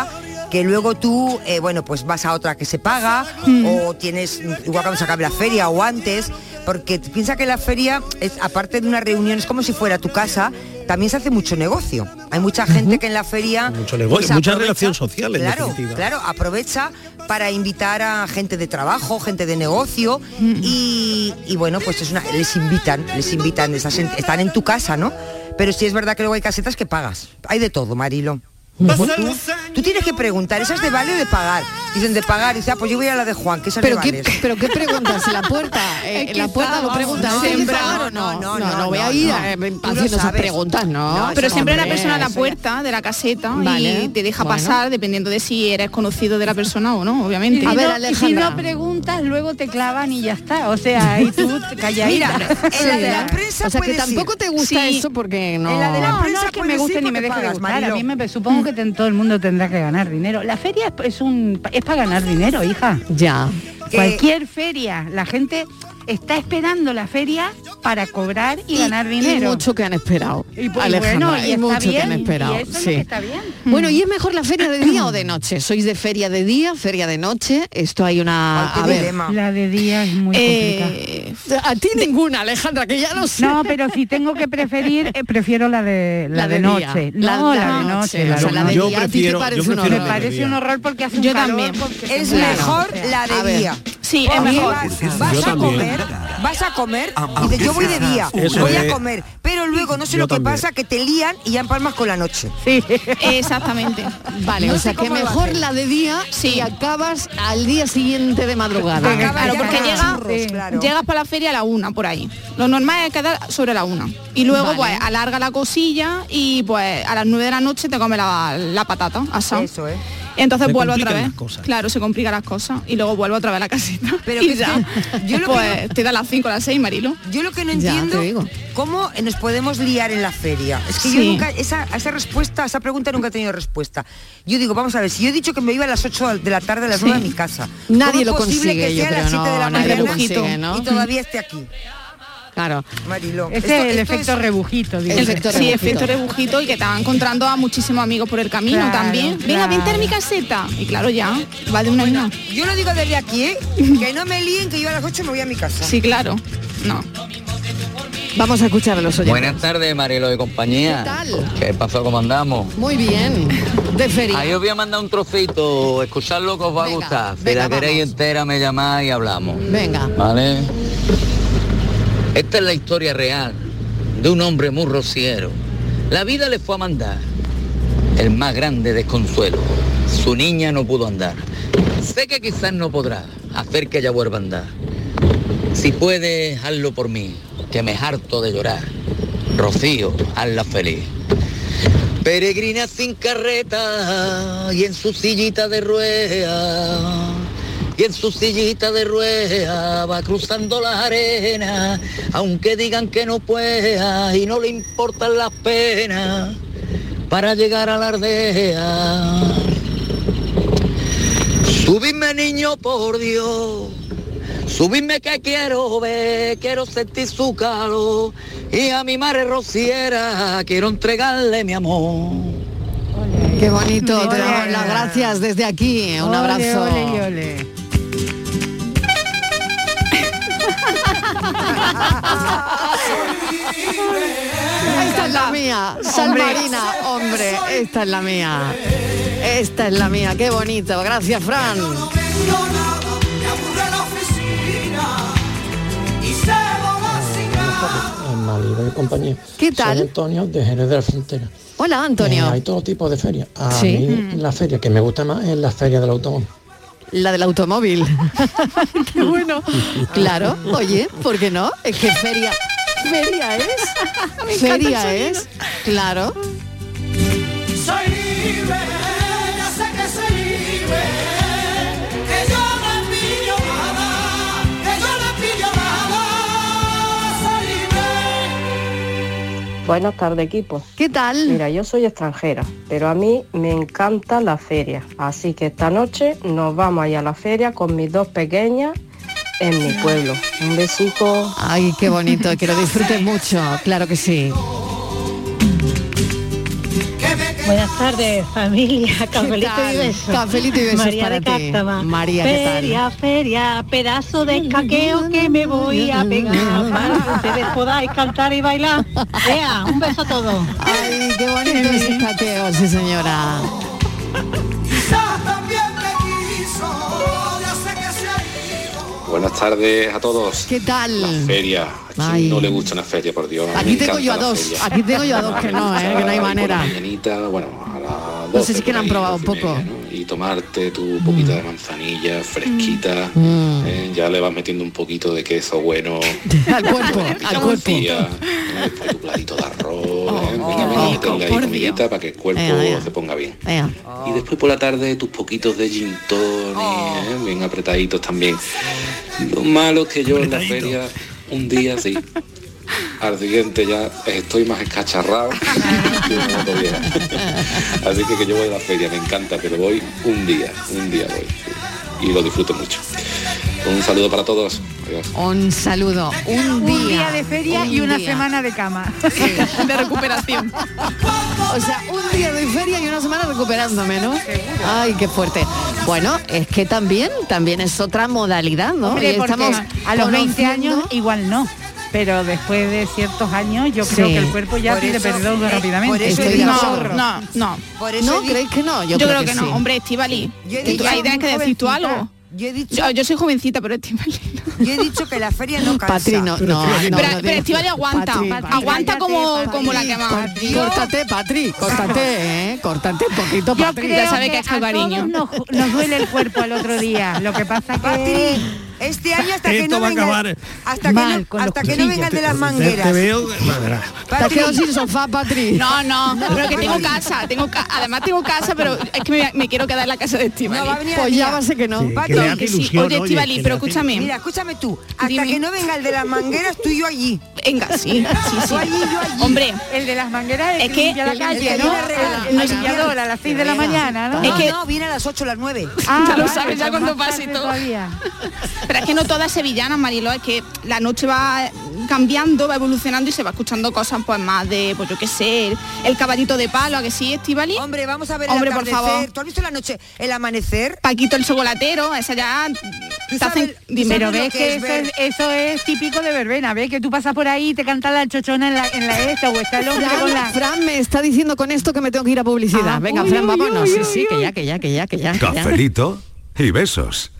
que luego tú, eh, bueno, pues vas a otra que se paga, mm. o tienes, igual cuando se acabe la feria o antes, porque piensa que la feria, es, aparte de una reunión, es como si fuera tu casa, también se hace mucho negocio. Hay mucha gente uh-huh. que en la feria... Mucho negocio, pues mucha relación social, en claro, definitiva. Claro, aprovecha para invitar a gente de trabajo, gente de negocio, uh-huh. y, y bueno, pues es una, les invitan, les invitan, estás en, están en tu casa, ¿no? Pero sí es verdad que luego hay casetas que pagas. Hay de todo, Marilo. Pues tú, tú tienes que preguntar, ¿esa es de vale o de pagar? Dicen de pagar, y dice, ah, pues yo voy a la de Juan, que esa es ¿Pero de qué, vales. ¿Pero qué preguntas? ¿En la puerta? Eh, ¿En la puerta lo preguntas? ¿Siempre o no? No, no, no voy a ir no. haciendo esas preguntas, ¿no? no pero siempre la persona a la puerta de la caseta vale. y te deja bueno. pasar, dependiendo de si eres conocido de la persona o no, obviamente. Y a si, ver, no, Alejandra. y si no preguntas, luego te clavan y ya está. O sea, y tú calladita. Mira, en la de la prensa o sea, que tampoco ir. te gusta sí. eso porque no... En la de la no, prensa no es que me guste ni me deje de gustar. A mí me supongo que todo el mundo tendrá que ganar dinero. La feria es, es un es para ganar dinero, hija. Ya. Cualquier feria, la gente está esperando la feria para cobrar y, y ganar dinero. Y mucho que han esperado. Y pues, bueno, y, y está mucho bien, que han esperado. Y eso sí. es lo que está bien. Bueno, ¿y es mejor la feria de día o de noche? ¿Sois de feria de día, feria de noche? Esto hay una... Ay, a ver. dilema. La de día es muy eh, complicada. A ti ninguna, Alejandra, que ya lo sé. No, pero si tengo que preferir, eh, prefiero la de la, la de, de noche. La, no, la, la de noche. La, o sea, la de yo día, prefiero, ¿a ti te parece yo un prefiero horror? Me parece un horror porque hace un yo calor, también. Es mejor o sea, la de día. Sí, es mejor. Vas yo a también. comer, vas a comer, y dices, yo voy de día, Eso voy es. a comer, pero luego no sé Yo lo que también. pasa, que te lían y ya empalmas con la noche. Sí. Exactamente. Vale, No o sé sea que cómo lo mejor hacen. la de día Sí. y acabas al día siguiente de madrugada. Acabas Claro, ya porque con llega, churros, sí. claro. llegas para la feria a la una, por ahí. Lo normal es quedar sobre la una. Y luego, Vale. pues, alarga la cosilla y, pues, a las nueve de la noche te come la, la patata asada. Eso, ¿eh? Entonces Se vuelvo otra complican vez. las cosas. Claro, se complican las cosas. Y luego vuelvo otra vez a la casita. Pero y que es ya. que yo lo que pues te da las cinco, las seis, Marilo. Yo lo que no Ya, entiendo, te digo. ¿cómo nos podemos liar en la feria? Es que Sí. yo nunca, esa, a esa respuesta, a esa pregunta nunca he tenido respuesta. Yo digo, vamos a ver, si yo he dicho que me iba a las ocho de la tarde, a las Sí. nueve a mi casa. Nadie ¿cómo lo es posible consigue, que yo sea a las creo, siete de la no, nadie mañana lo consigue, ¿no? y todavía esté aquí? Claro. Mariló. Ese esto- es el esto efecto es- rebujito, digo. El efecto Sí, rebujito. efecto rebujito y que te va encontrando a muchísimos amigos por el camino Claro, también. Venga, claro. vente a mi caseta. Y claro, ya, va de una en una. Yo lo digo desde aquí, ¿eh? Que no me líen, que yo a las ocho me voy a mi casa. Sí, claro. No. Vamos a escuchar a los oyentes. Buenas tardes, Marilo de compañía. ¿Qué tal? ¿Qué pasó? ¿Cómo andamos? Muy bien. De feria. Ahí os voy a mandar un trocito, escuchad lo que os va Venga, a gustar. Si venga, la queréis vamos. entera me llamáis y hablamos. Venga. ¿Vale? Esta es la historia real de un hombre muy rociero. La vida le fue a mandar el más grande desconsuelo. Su niña no pudo andar. Sé que quizás no podrá hacer que ella vuelva a andar. Si puede, hazlo por mí, que me harto de llorar. Rocío, hazla feliz. Peregrina sin carreta y en su sillita de ruedas. Y en su sillita de ruedas va cruzando las arenas, aunque digan que no pueda y no le importan las penas, para llegar a la aldea. Subidme, niño, por Dios, subidme que quiero ver, quiero sentir su calor, y a mi madre rociera quiero entregarle mi amor. Qué bonito. Te Ole. damos las gracias desde aquí. Un Ole, abrazo. ole y ole. Esta es la mía, San Marina, hombre, esta es la mía. Esta es la mía, qué bonito. Gracias, Fran. Marilo y compañía. ¿Qué tal? Soy Antonio de Jerez de la Frontera. Hola, Antonio. Eh, hay todo tipo de ferias. A Sí. mí la feria que me gusta más es la feria del automóvil. La del automóvil. Qué bueno. Claro, oye, ¿por qué no? Es que feria. Feria es. Me encanta el Feria sonido. es. Claro. Soy libre, ya sé que soy libre, que yo no pillo nada, que yo no pillo nada, soy libre. Buenas tardes, equipo. ¿Qué tal? Mira, yo soy extranjera, pero a mí me encanta la feria. Así que esta noche nos vamos a ir a la feria con mis dos pequeñas en mi pueblo. Un besico. Ay, qué bonito, que lo disfrutes mucho, claro que sí. Buenas tardes, familia, cafelito y besos. Cafelito y besos María para de ti. Cártama. María, ¿qué tal? Feria, feria, pedazo de escaqueo que me voy a pegar para que ustedes podáis cantar y bailar. Vea, un beso a todos. Ay, qué bonito ese escaqueo, sí señora. Quizás también me quiso, ya sé que se ha ido. Buenas tardes a todos. ¿Qué tal? La feria. ¿A Ay. quién no le gusta una feria, por Dios? A mí Aquí me tengo encanta yo a la dos, feria. aquí tengo yo a dos que no, ¿eh? Que no hay Ahí por manera. la mañanita, bueno, a las No sé doce si que por le han ahí, probado un doce y poco. media, ¿no? Y tomarte tu poquita de manzanilla fresquita, Mm. ¿eh? Ya le vas metiendo un poquito de queso bueno. Al cuerpo, al cuerpo. Día, ¿eh? Después tu platito de arroz, ¿eh? Venga, qué venga, rico, meterle ahí por comidita para que el cuerpo Ea, ea. se ponga bien. Ea. Y después por la tarde tus poquitos de gin tonic, ¿eh? Bien apretaditos también. Lo malo es que yo en la feria un día sí, al siguiente ya estoy más escacharrado que una motovieja. Así que que yo voy a la feria, me encanta, pero voy un día, un día voy. Y lo disfruto mucho. Un saludo para todos. Adiós. Un saludo, un día. Un día de feria un y una día. semana de cama. De recuperación. O sea, un día de feria y una semana recuperándome, ¿no? Ay, qué fuerte. Bueno, es que también, también es otra modalidad, ¿no? Hombre, Y porque estamos a los veinte conociendo- años igual no. Pero después de ciertos años yo creo Sí. que el cuerpo ya Por pide eso, perdón eh, rápidamente. por eso Estoy he de dicho- acuerdo. No, no. Por eso ¿No? he di- ¿Creéis que no? Yo, creo, que, no. sí. Hombre, Estivali. Yo he Que tú dicho- ahí tienes que decir tú jovencita. algo. Yo he dicho, Yo, yo soy jovencita, pero Estivali. yo he dicho que la feria no cansa. Patri, no, no, no, pero no pero digas- Estivali aguanta. Patri, aguanta como, cállate, como la Patri. que más. Patri. Córtate, Patri, córtate, ¿eh? Córtate un poquito, Yo Patri. creo Ya sabe que que es a Alvariño. todos nos, nos duele el cuerpo al otro día. Lo que pasa que... Patri, este año hasta que Esto no va a venga, acabar hasta que mal no, con los hasta que no cuchillos. vengan de las Te, mangueras. te veo, bueno, verás. Te has quedado sin sofá, Patri. No, no, pero que tengo casa, tengo ca- además tengo casa, pero es que me, me quiero quedar en la casa de Estivali. No va a venir Pues la ya tía. va a ser que no. Sí, Patri, que le hace que sí. ilusión, Oye, oye, Estivali, que le pero hace- escúchame. Mira, escúchame tú, hasta Dime. que no venga el de las mangueras, tú y yo allí. Venga, sí, sí, sí. Tú allí, yo allí. Hombre, El de las mangueras Es es que- que limpia la el calle, que ¿no? viene a regalar. El limpiador a las seis de la mañana, ¿no? No, Es que- no, viene a las ocho, a las nueve. Ah, ya lo vale, sabes ya pues cuando más pase tarde todo. todavía. pero es que no todas sevillanas, Mariló, es que la noche va cambiando, va evolucionando y se va escuchando cosas pues más de, pues yo qué sé, el, el caballito de palo, ¿a que sí, Estivali? Hombre, vamos a ver Hombre, el por atardecer. favor. ¿Tú has visto la noche, el amanecer? Paquito el chocolatero, esa ya ¿Tú te hacen... sabes- Dime, Pero ¿Sabes lo ves que que es eso ver? es, eso es típico de verbena, ves que tú pasas por ahí y te canta la chochona en la, en la esta o está el hombre con la... Fran, Fran me está diciendo con esto que me tengo que ir a publicidad. Ah, Venga, uy, Fran, uy, vámonos. uy, Sí, uy, sí, que uy. ya, que ya, que ya, que ya. que ya. Cafelito y besos.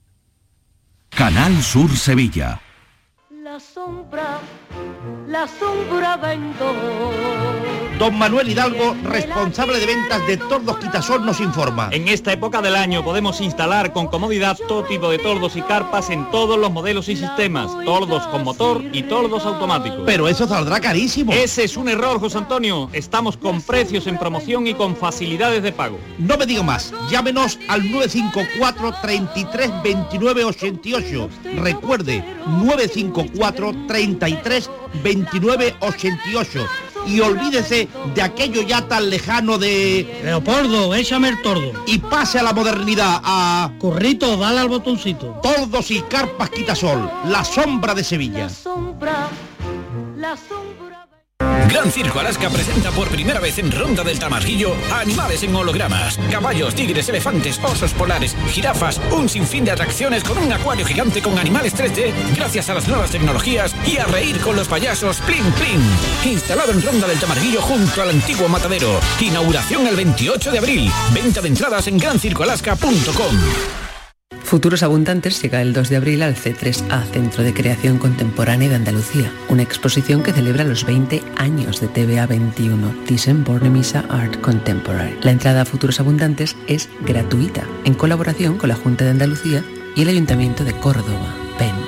Canal Sur Sevilla. La sombra, la sombra vendo. Don Manuel Hidalgo, responsable de ventas de Tordos Quitasol, nos informa. En esta época del año podemos instalar con comodidad todo tipo de tordos y carpas en todos los modelos y sistemas, tordos con motor y tordos automáticos. Pero eso saldrá carísimo. Ese es un error, José Antonio. Estamos con precios en promoción y con facilidades de pago. No me digo más, llámenos al nueve cinco cuatro, treinta y tres, veintinueve, ochenta y ocho. Recuerde, nueve cinco cuatro, treinta y tres, veintinueve, ochenta y ocho. Y olvídese de aquello ya tan lejano de... Leopoldo, échame el tordo. Y pase a la modernidad, a... Currito, dale al botoncito. Tordos y carpas Quitasol, la sombra de Sevilla. Sombra, la sombra. Gran Circo Alaska presenta por primera vez en Ronda del Tamarguillo animales en hologramas, caballos, tigres, elefantes, osos polares, jirafas, un sinfín de atracciones con un acuario gigante con animales tres D gracias a las nuevas tecnologías y a reír con los payasos Plin Plin. Instalado en Ronda del Tamarguillo junto al antiguo matadero. Inauguración el veintiocho de abril. Venta de entradas en gran circo alaska punto com. Futuros Abundantes llega el dos de abril al C tres A, Centro de Creación Contemporánea de Andalucía, una exposición que celebra los veinte años de T V A veintiuno, Thyssen-Bornemisza Art Contemporary. La entrada a Futuros Abundantes es gratuita, en colaboración con la Junta de Andalucía y el Ayuntamiento de Córdoba, P E N.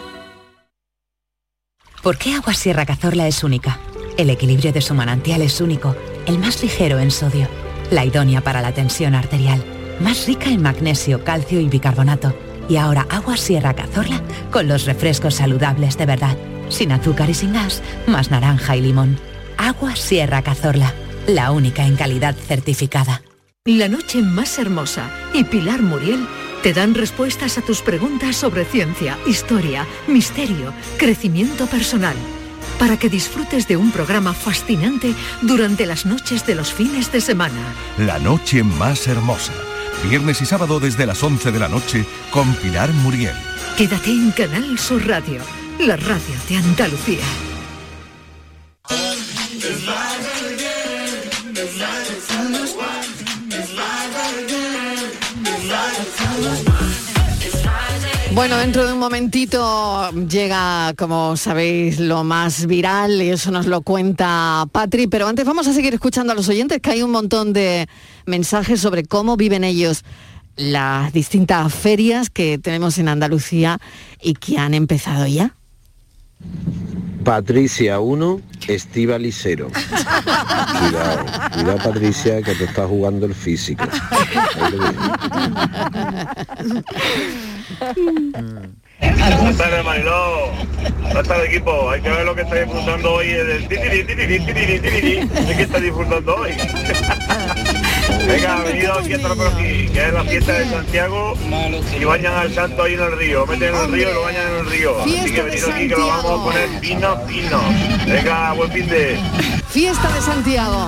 ¿Por qué Agua Sierra Cazorla es única? El equilibrio de su manantial es único, el más ligero en sodio, la idónea para la tensión arterial, más rica en magnesio, calcio y bicarbonato. Y ahora Agua Sierra Cazorla con los refrescos saludables de verdad, sin azúcar y sin gas, más naranja y limón. Agua Sierra Cazorla, la única en calidad certificada. La noche más hermosa y Pilar Muriel te dan respuestas a tus preguntas sobre ciencia, historia, misterio, crecimiento personal. para que disfrutes de un programa fascinante durante las noches de los fines de semana. La noche más hermosa. Viernes y sábado desde las once de la noche con Pilar Muriel. Quédate en Canal Sur Radio, la radio de Andalucía. Bueno, dentro de un momentito llega, como sabéis, lo más viral y eso nos lo cuenta Patri, pero antes vamos a seguir escuchando a los oyentes, que hay un montón de mensajes sobre cómo viven ellos las distintas ferias que tenemos en Andalucía y que han empezado ya. Patricia uno, Estíbaliz cero. Cuidado, cuidado Patricia, que te está jugando el físico. Buenas tardes, Mariló. Buenas tardes, equipo. Hay que ver lo que está disfrutando hoy. El titiri, titiri, titiri, titiri. ¿De qué está disfrutando hoy? Venga, ha venido aquí hasta por aquí, que es la fiesta de Santiago, y bañan al santo ahí en el río, meten en el río y lo bañan en el río. Así que he venido aquí que lo vamos a poner fino, fino. Venga, buen fin de... Fiesta de Santiago.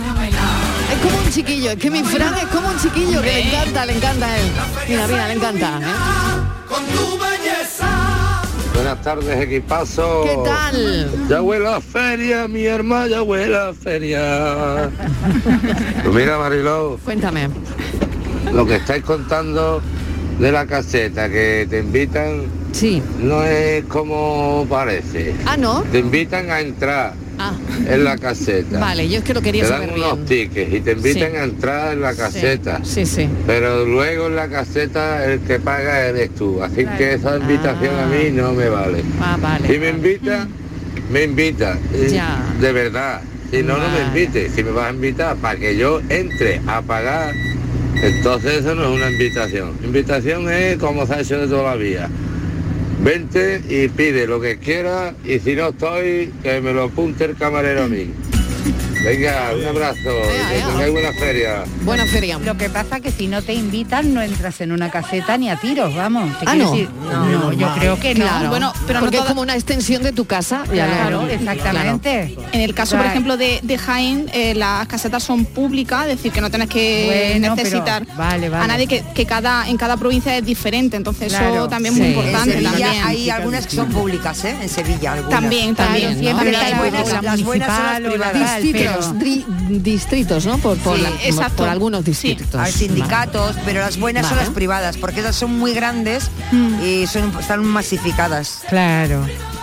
Es como un chiquillo, es que mi Fran es como un chiquillo, que le encanta, le encanta a él. Mira, mira, le encanta, ¿eh? Con tu belleza. Buenas tardes, equipazo. ¿Qué tal? Ya huele a feria, mi hermana, ya huele a feria. Pues mira, Mariló. Cuéntame. Lo que estáis contando de la caseta, que te invitan, sí, no es como parece. Ah, ¿no? Te invitan a entrar ah. en la caseta. Vale, yo es que lo quería te dan saber unos bien. tickets y te invitan Sí. a entrar en la caseta. Sí, sí. sí. Pero luego en la caseta el que paga eres tú. Así Claro. que esa invitación Ah. a mí no me vale. Ah, vale. Si me invita, me invita. Eh, Ya. De verdad. Si no, no me Vale. invite. Si me vas a invitar para que yo entre a pagar, entonces eso no es una invitación. Invitación es como se ha hecho de toda la vida. Vente y pide lo que quieras, y si no estoy, que me lo apunte el camarero a mí. Venga, un abrazo, que tengáis buena feria. Buena feria. Lo que pasa es que si no te invitan no entras en una caseta ni a tiros, vamos. ¿Te Ah, quiero no. decir? No, no, yo creo que no. Claro. Bueno, pero no porque es toda- como una extensión de tu casa. ya lo- Claro, exactamente. En el caso, por Claro. ejemplo, de, de Jaén, eh, las casetas son públicas, es decir, que no tienes que Bueno, necesitar pero- vale, vale. a nadie, que, que cada en cada provincia es diferente, entonces Claro. eso también es muy Sí. importante. En Sevilla también. hay algunas que son públicas, ¿eh? En Sevilla algunas. También, también, ¿no? Siempre Pero las hay buenas, buenas, las buenas son las municipal o la privadas. Distritos, dri- distritos, ¿no? Por, por, Sí, la- exacto. por algunos distritos. Hay sindicatos, pero las buenas son Vale. las privadas, porque esas son muy grandes y son, están masificadas. Claro.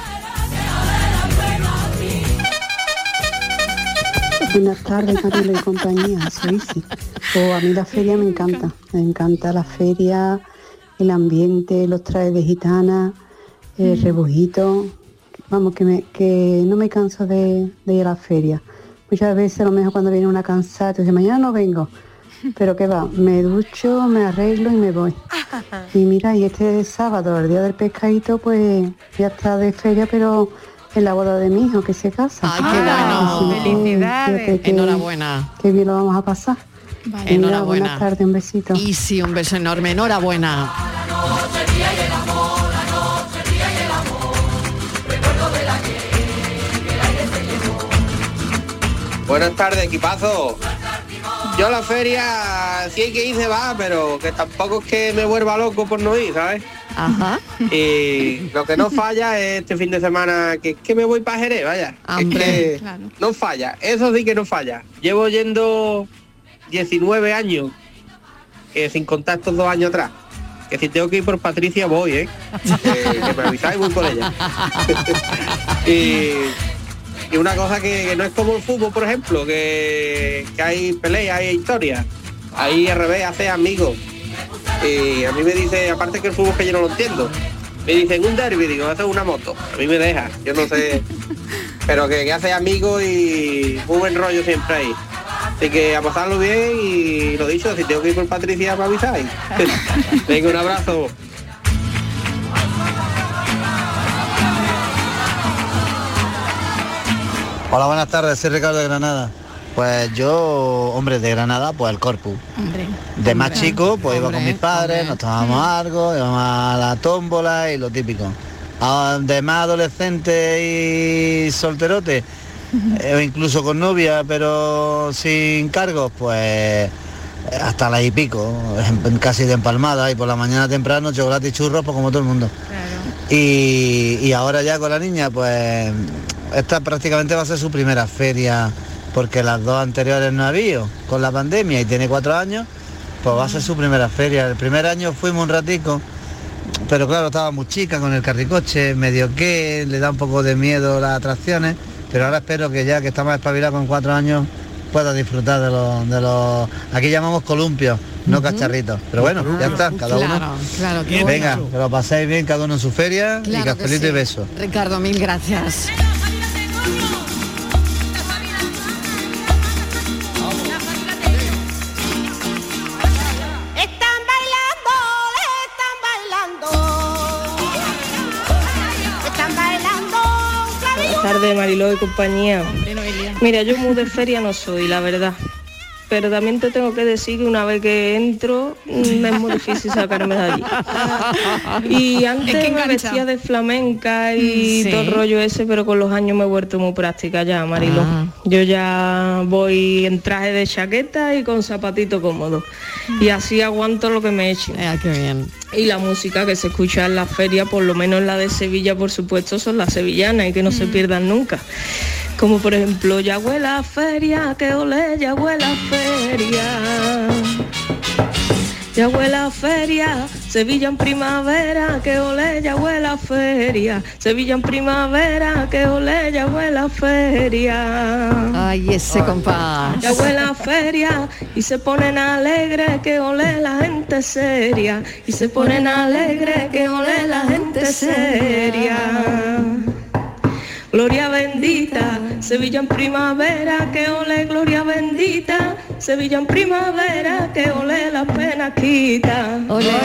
Buenas tardes, Marilo y compañía, soy Isi. Oh, a mí la feria me encanta, me encanta la feria, el ambiente, los trajes de gitana, el rebujito. Vamos, que, me, que no me canso de, de ir a la feria. Muchas veces a lo mejor cuando viene una cansada, dice, mañana no vengo. Pero que va, me ducho, me arreglo y me voy. Y mira, y este sábado, el día del pescadito, pues ya está de feria, pero en la boda de mi hijo que se casa. Ay, qué bueno. Así que, Felicidades. fíjate que- Enhorabuena. Qué bien lo vamos a pasar. Vale. Venga, Enhorabuena. Buenas tardes, un besito. Y sí, un beso enorme. Enhorabuena. Buenas tardes, equipazo. Yo a la feria sí hay que ir se va, pero que tampoco es que me vuelva loco por no ir, ¿sabes? Ajá. Y lo que no falla es este fin de semana, que es que me voy para Jerez, vaya. Hombre, es que no falla, eso sí que no falla. Llevo yendo diecinueve años, que sin contar estos dos años atrás. Que si tengo que ir por Patricia voy, ¿eh? Eh, que me avisáis, voy por ella. y, y una cosa que, que no es como el fútbol, por ejemplo, que, que hay peleas, hay historias. Ahí al revés, hace amigos. Y a mí me dice, aparte que el fútbol que yo no lo entiendo, me dicen un derbi, digo, hace una moto. A mí me deja, yo no sé. Pero que, que hace amigos y muy buen rollo siempre ahí. Así que a pasarlo bien y lo dicho, si tengo que ir por Patricia, me avisáis. Venga, un abrazo. Hola, buenas tardes, soy Ricardo de Granada. Pues yo, hombre, de Granada, pues el Corpus. Hombre. De más Hombre. chico, pues iba con Hombre, mis padres, hombre. nos tomábamos algo, íbamos a la tómbola y lo típico. a- de más adolescente y solterote, eh, o incluso con novia, pero sin cargos, pues hasta las y pico, em- casi de empalmada, y por la mañana temprano chocolate y churros, pues como todo el mundo. Y, y ahora ya con la niña, pues esta prácticamente va a ser su primera feria, porque las dos anteriores no ha habido con la pandemia, y tiene cuatro años, pues va a ser su primera feria. El primer año fuimos un ratico, pero claro, estaba muy chica con el carricoche, medio que le da un poco de miedo las atracciones, pero ahora espero que ya que está más espabilada con cuatro años pueda disfrutar de los, de los, aquí llamamos columpios, no cacharritos, pero bueno, ya está, cada uno. Claro, claro, qué Venga, bueno. que lo paséis bien cada uno en su feria, Claro y que cafelito sí. y beso. Ricardo, mil gracias. Están bailando, están bailando. Están bailando. Buenas tardes, Mariló y compañía. Mira, yo muy de feria no soy, la verdad. Pero también te tengo que decir que una vez que entro, mm, es muy difícil sacarme de allí. Y antes Es que me engancha. vestía de flamenca y Sí. todo el rollo ese, pero con los años me he vuelto muy práctica ya, Mariló. Ah. Yo ya voy en traje de chaqueta y con zapatito cómodo. Y así aguanto lo que me echen. qué bien. Y la música que se escucha en la feria, por lo menos la de Sevilla, por supuesto, son las sevillanas y que no se pierdan nunca. Como por ejemplo, ya huele a feria, que ole, ya huele a feria. Ya huele a feria, Sevilla en primavera, que ole, ya huele a feria. Sevilla en primavera, que ole, ya huele a feria. Ay, ese compás. Ya huele a feria y se ponen alegres, que ole la gente seria. Y se ponen alegres, que ole la gente seria. Gloria bendita, Sevilla en primavera, que ole, gloria bendita, Sevilla en primavera, que ole la pena quita.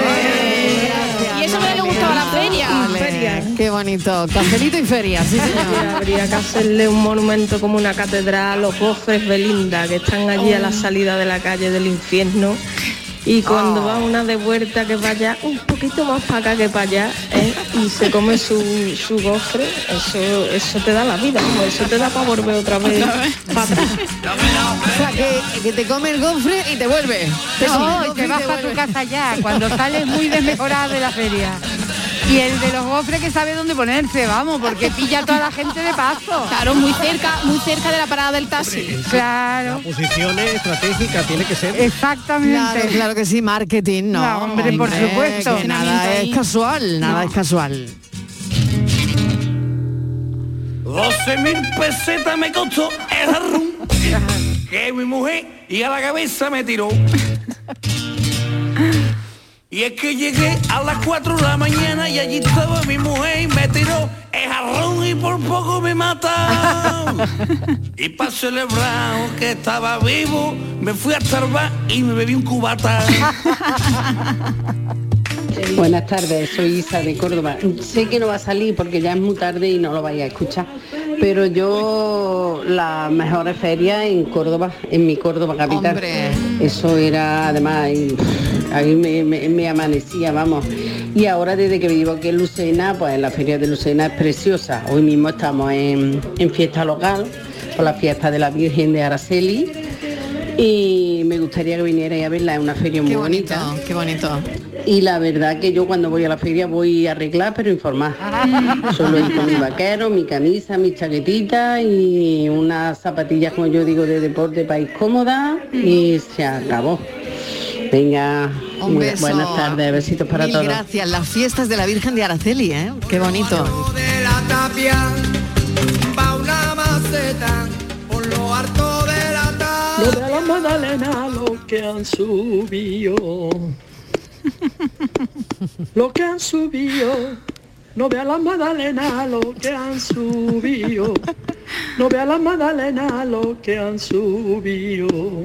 Y eso me le gustaba la feria. Feria. Qué bonito. Cafelito y feria, sí, señor. Habría que hacerle un monumento como una catedral a los cofres Belinda, que están allí a la salida de la calle del infierno. Y cuando va una de vuelta que vaya un poquito más para acá que para allá, ¿eh? Y se come su, su gofre, eso, eso te da la vida, como eso te da para volver otra vez para atrás. O sea, que, que te come el gofre y te vuelve. Te come el No, y gofre te vas y para tu vuelve. casa ya, cuando sales muy desmejorada de la feria. Y el de los gofres que sabe dónde ponerse, vamos, porque pilla a toda la gente de paso. Claro, muy cerca, muy cerca de la parada del taxi. Claro. La posición estratégica tiene que ser. Exactamente. Claro, claro que sí, marketing, no. No, hombre, por supuesto. que nada es casual, nada es casual. doce mil pesetas me costó el rum que mi mujer y a la cabeza me tiró. Y es que llegué a las cuatro de la mañana y allí estaba mi mujer y me tiró el jarrón y por poco me mata. Y para celebrar que estaba vivo, me fui a Starbucks y me bebí un cubata. Buenas tardes, soy Isa de Córdoba. Sé que no va a salir porque ya es muy tarde y no lo vais a escuchar, pero yo las mejores ferias en Córdoba, en mi Córdoba capital. Hombre. Eso era además, y, ahí me, me- me amanecía, vamos. Y ahora desde que vivo aquí en Lucena, pues la feria de Lucena es preciosa. Hoy mismo estamos en, en fiesta local, por la fiesta de la Virgen de Araceli. Y me gustaría que vinierais a verla, es una feria muy Qué bonito, bonita. qué bonito. Y la verdad que yo cuando voy a la feria voy a arreglar pero informar. Solo ir con mi vaquero, mi camisa, mi chaquetita y unas zapatillas, como yo digo, de deporte para ir cómoda y se acabó. Venga, Un muy beso. buenas tardes, besitos para Mil todos. gracias. Las fiestas de la Virgen de Araceli, ¿eh? Qué bonito. De la tapia va una maceta por lo harto de la tapia. Lo de la Magdalena, lo que han subido. Lo que han subido. No vea la Magdalena, lo que han subido. No vea la Magdalena, lo que han subido.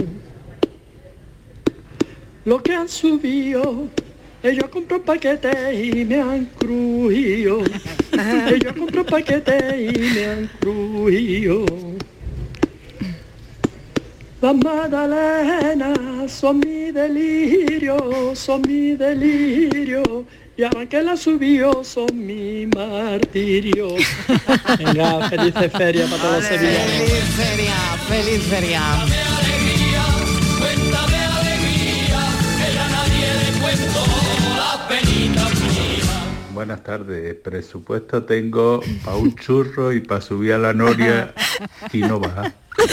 Lo que han subido. Ellos compran paquetes y me han crujido. Ellos compran paquetes y me han crujido. Las Magdalenas son mi delirio, son mi delirio. y ahora que la subió son mi martirio. Venga, felices ferias para todos los sevillanos. Feliz feria, feliz feria. Cuéntame alegría, que ya nadie le cuento las penitas mías. Buenas tardes, presupuesto tengo para un churro y para subir a la noria y no bajar.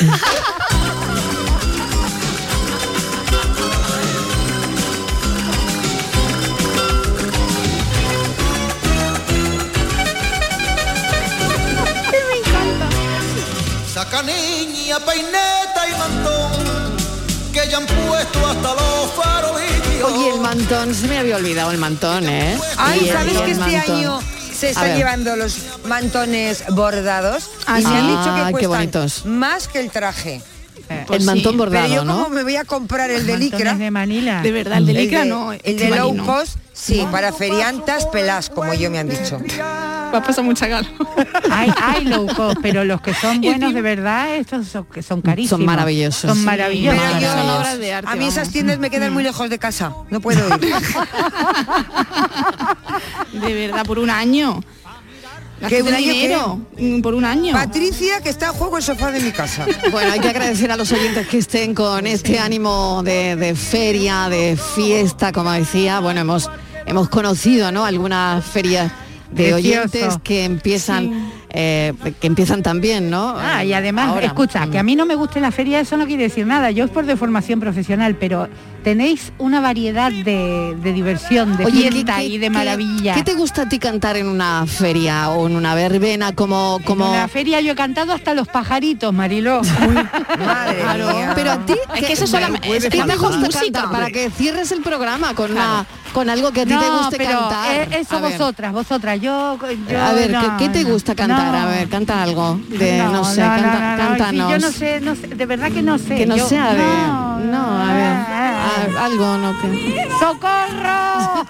Saca niña, peineta y mantón, que ya han puesto hasta los farolillos. Oye, el mantón, se me había olvidado el mantón, ¿eh? Ay, Y el- ¿sabes y el que este mantón. año se A están ver. llevando los mantones bordados? Ah, y me sí. han dicho Ah, que qué cuestan bonitos. más que el traje. El mantón bordado, Pero yo ¿no? como me voy a comprar el de Mantones licra. de Manila. De verdad, el de licra no, El este de low marino. cost, sí, para feriantas pelas, como yo me han dicho. Va a pasar mucha calor. Hay, hay low cost, pero los que son Y buenos encima- de verdad, estos son, que son carísimos. Son maravillosos. Son Sí, maravillosos. Pero yo- Son obras de arte, a mí vamos. esas tiendas me quedan muy lejos de casa. No puedo ir. De verdad, por un año. ¿Qué Gástate un año dinero mm, por un año. Patricia, que está a juego el sofá de mi casa. Bueno, hay que agradecer a los oyentes que estén con este ánimo de, de feria, de fiesta, como decía. Bueno, hemos, hemos conocido, ¿no?, algunas ferias de Precioso. oyentes que empiezan, eh, que empiezan también, ¿no? Ah, y además, Ahora. escucha, que a mí no me guste la feria, eso no quiere decir nada. Yo es por deformación profesional, pero tenéis una variedad de, de diversión, de Oye, fiesta ¿qué- y qué- de maravilla. ¿Qué te gusta a ti cantar en una feria o en una verbena? Como, como... En la feria yo he cantado hasta los pajaritos, Mariló. Madre Claro, mía. pero a ti, Es que eso solamente- ¿qué es te que gusta mejor música, cantar? Para hombre. que cierres el programa con una con algo que a ti te No, guste pero cantar. eh, eso A ver. vosotras, vosotras. Yo, yo A ver, ¿qué, no, qué te no, gusta cantar? no. A ver, canta algo. De, no, sé, no, canta, no, no, no, cántanos. sí, yo no sé, no sé, de verdad que no sé. Que no yo- sea de... No, No, a ver, a- algo, no, que... ¡Socorro!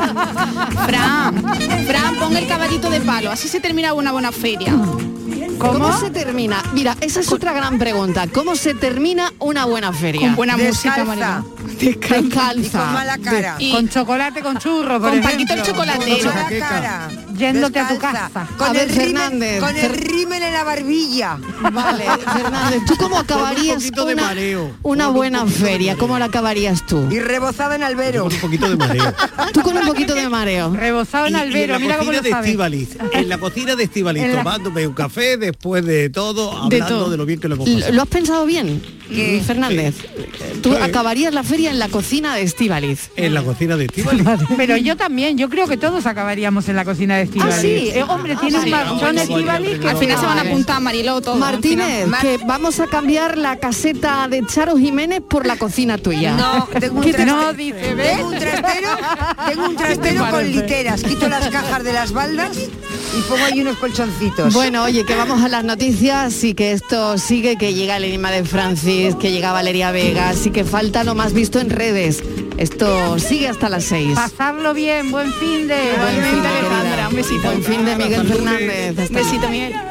Fran, Fran, pon el caballito de palo. Así se termina una buena feria. ¿Cómo? se termina? Mira, esa es otra gran pregunta. ¿Cómo se termina una buena feria? Con buena música, Descalza. Mariló. Descalza. Y con mala cara. Y- Con chocolate, con churro, por Con ejemplo. Paquito el chocolatero. Con mala cara. Yéndote a tu Descalza. casa. Con A el ver, rímel, Fernández, con el Fer- rímel en la barbilla. Vale, Fernández, ¿tú cómo acabarías poquito de una, mareo. una Con un buena poquito de feria? mareo. ¿Cómo la acabarías tú? Y rebozada en albero. Con un poquito de mareo. Tú con un poquito de mareo. Rebozado en Y- y albero, en la mira cómo cocina lo de sabe. Estíbaliz, en la cocina de Estíbaliz, En la- tomándome un café después de todo, hablando todo. de lo bien que lo hemos ¿Lo pasado. lo has pensado bien, ¿Qué? Fernández? Tú Sí. acabarías la feria en la cocina de Estíbaliz. En la cocina de Estíbaliz. Pero yo también, yo creo que todos acabaríamos en la cocina de Estíbaliz. ¿Ah, sí? Eh, hombre, tiene Ah, un sí. marchón Ah, Estíbaliz que Al final se van a Vale. apuntar Mariló todo. Martínez, Mar- que vamos a cambiar la caseta de Charo Jiménez por la cocina tuya. No, tengo un ¿Qué te- trastero. No, dice, ¿ves? Tengo un trastero, tengo un trastero con literas. Quito las cajas de las baldas y pongo ahí unos colchoncitos. Bueno, oye, que vamos a las noticias y que esto sigue, que llega el enigma de Francis, que llega Valeria Vega, sí que falta lo más visto en redes. Esto sigue hasta las seis. Pasarlo bien, buen fin de... Buen fin de Alejandra, un besito. Buen fin de Miguel Hasta el lunes. Fernández. Hasta Besito, Miguel.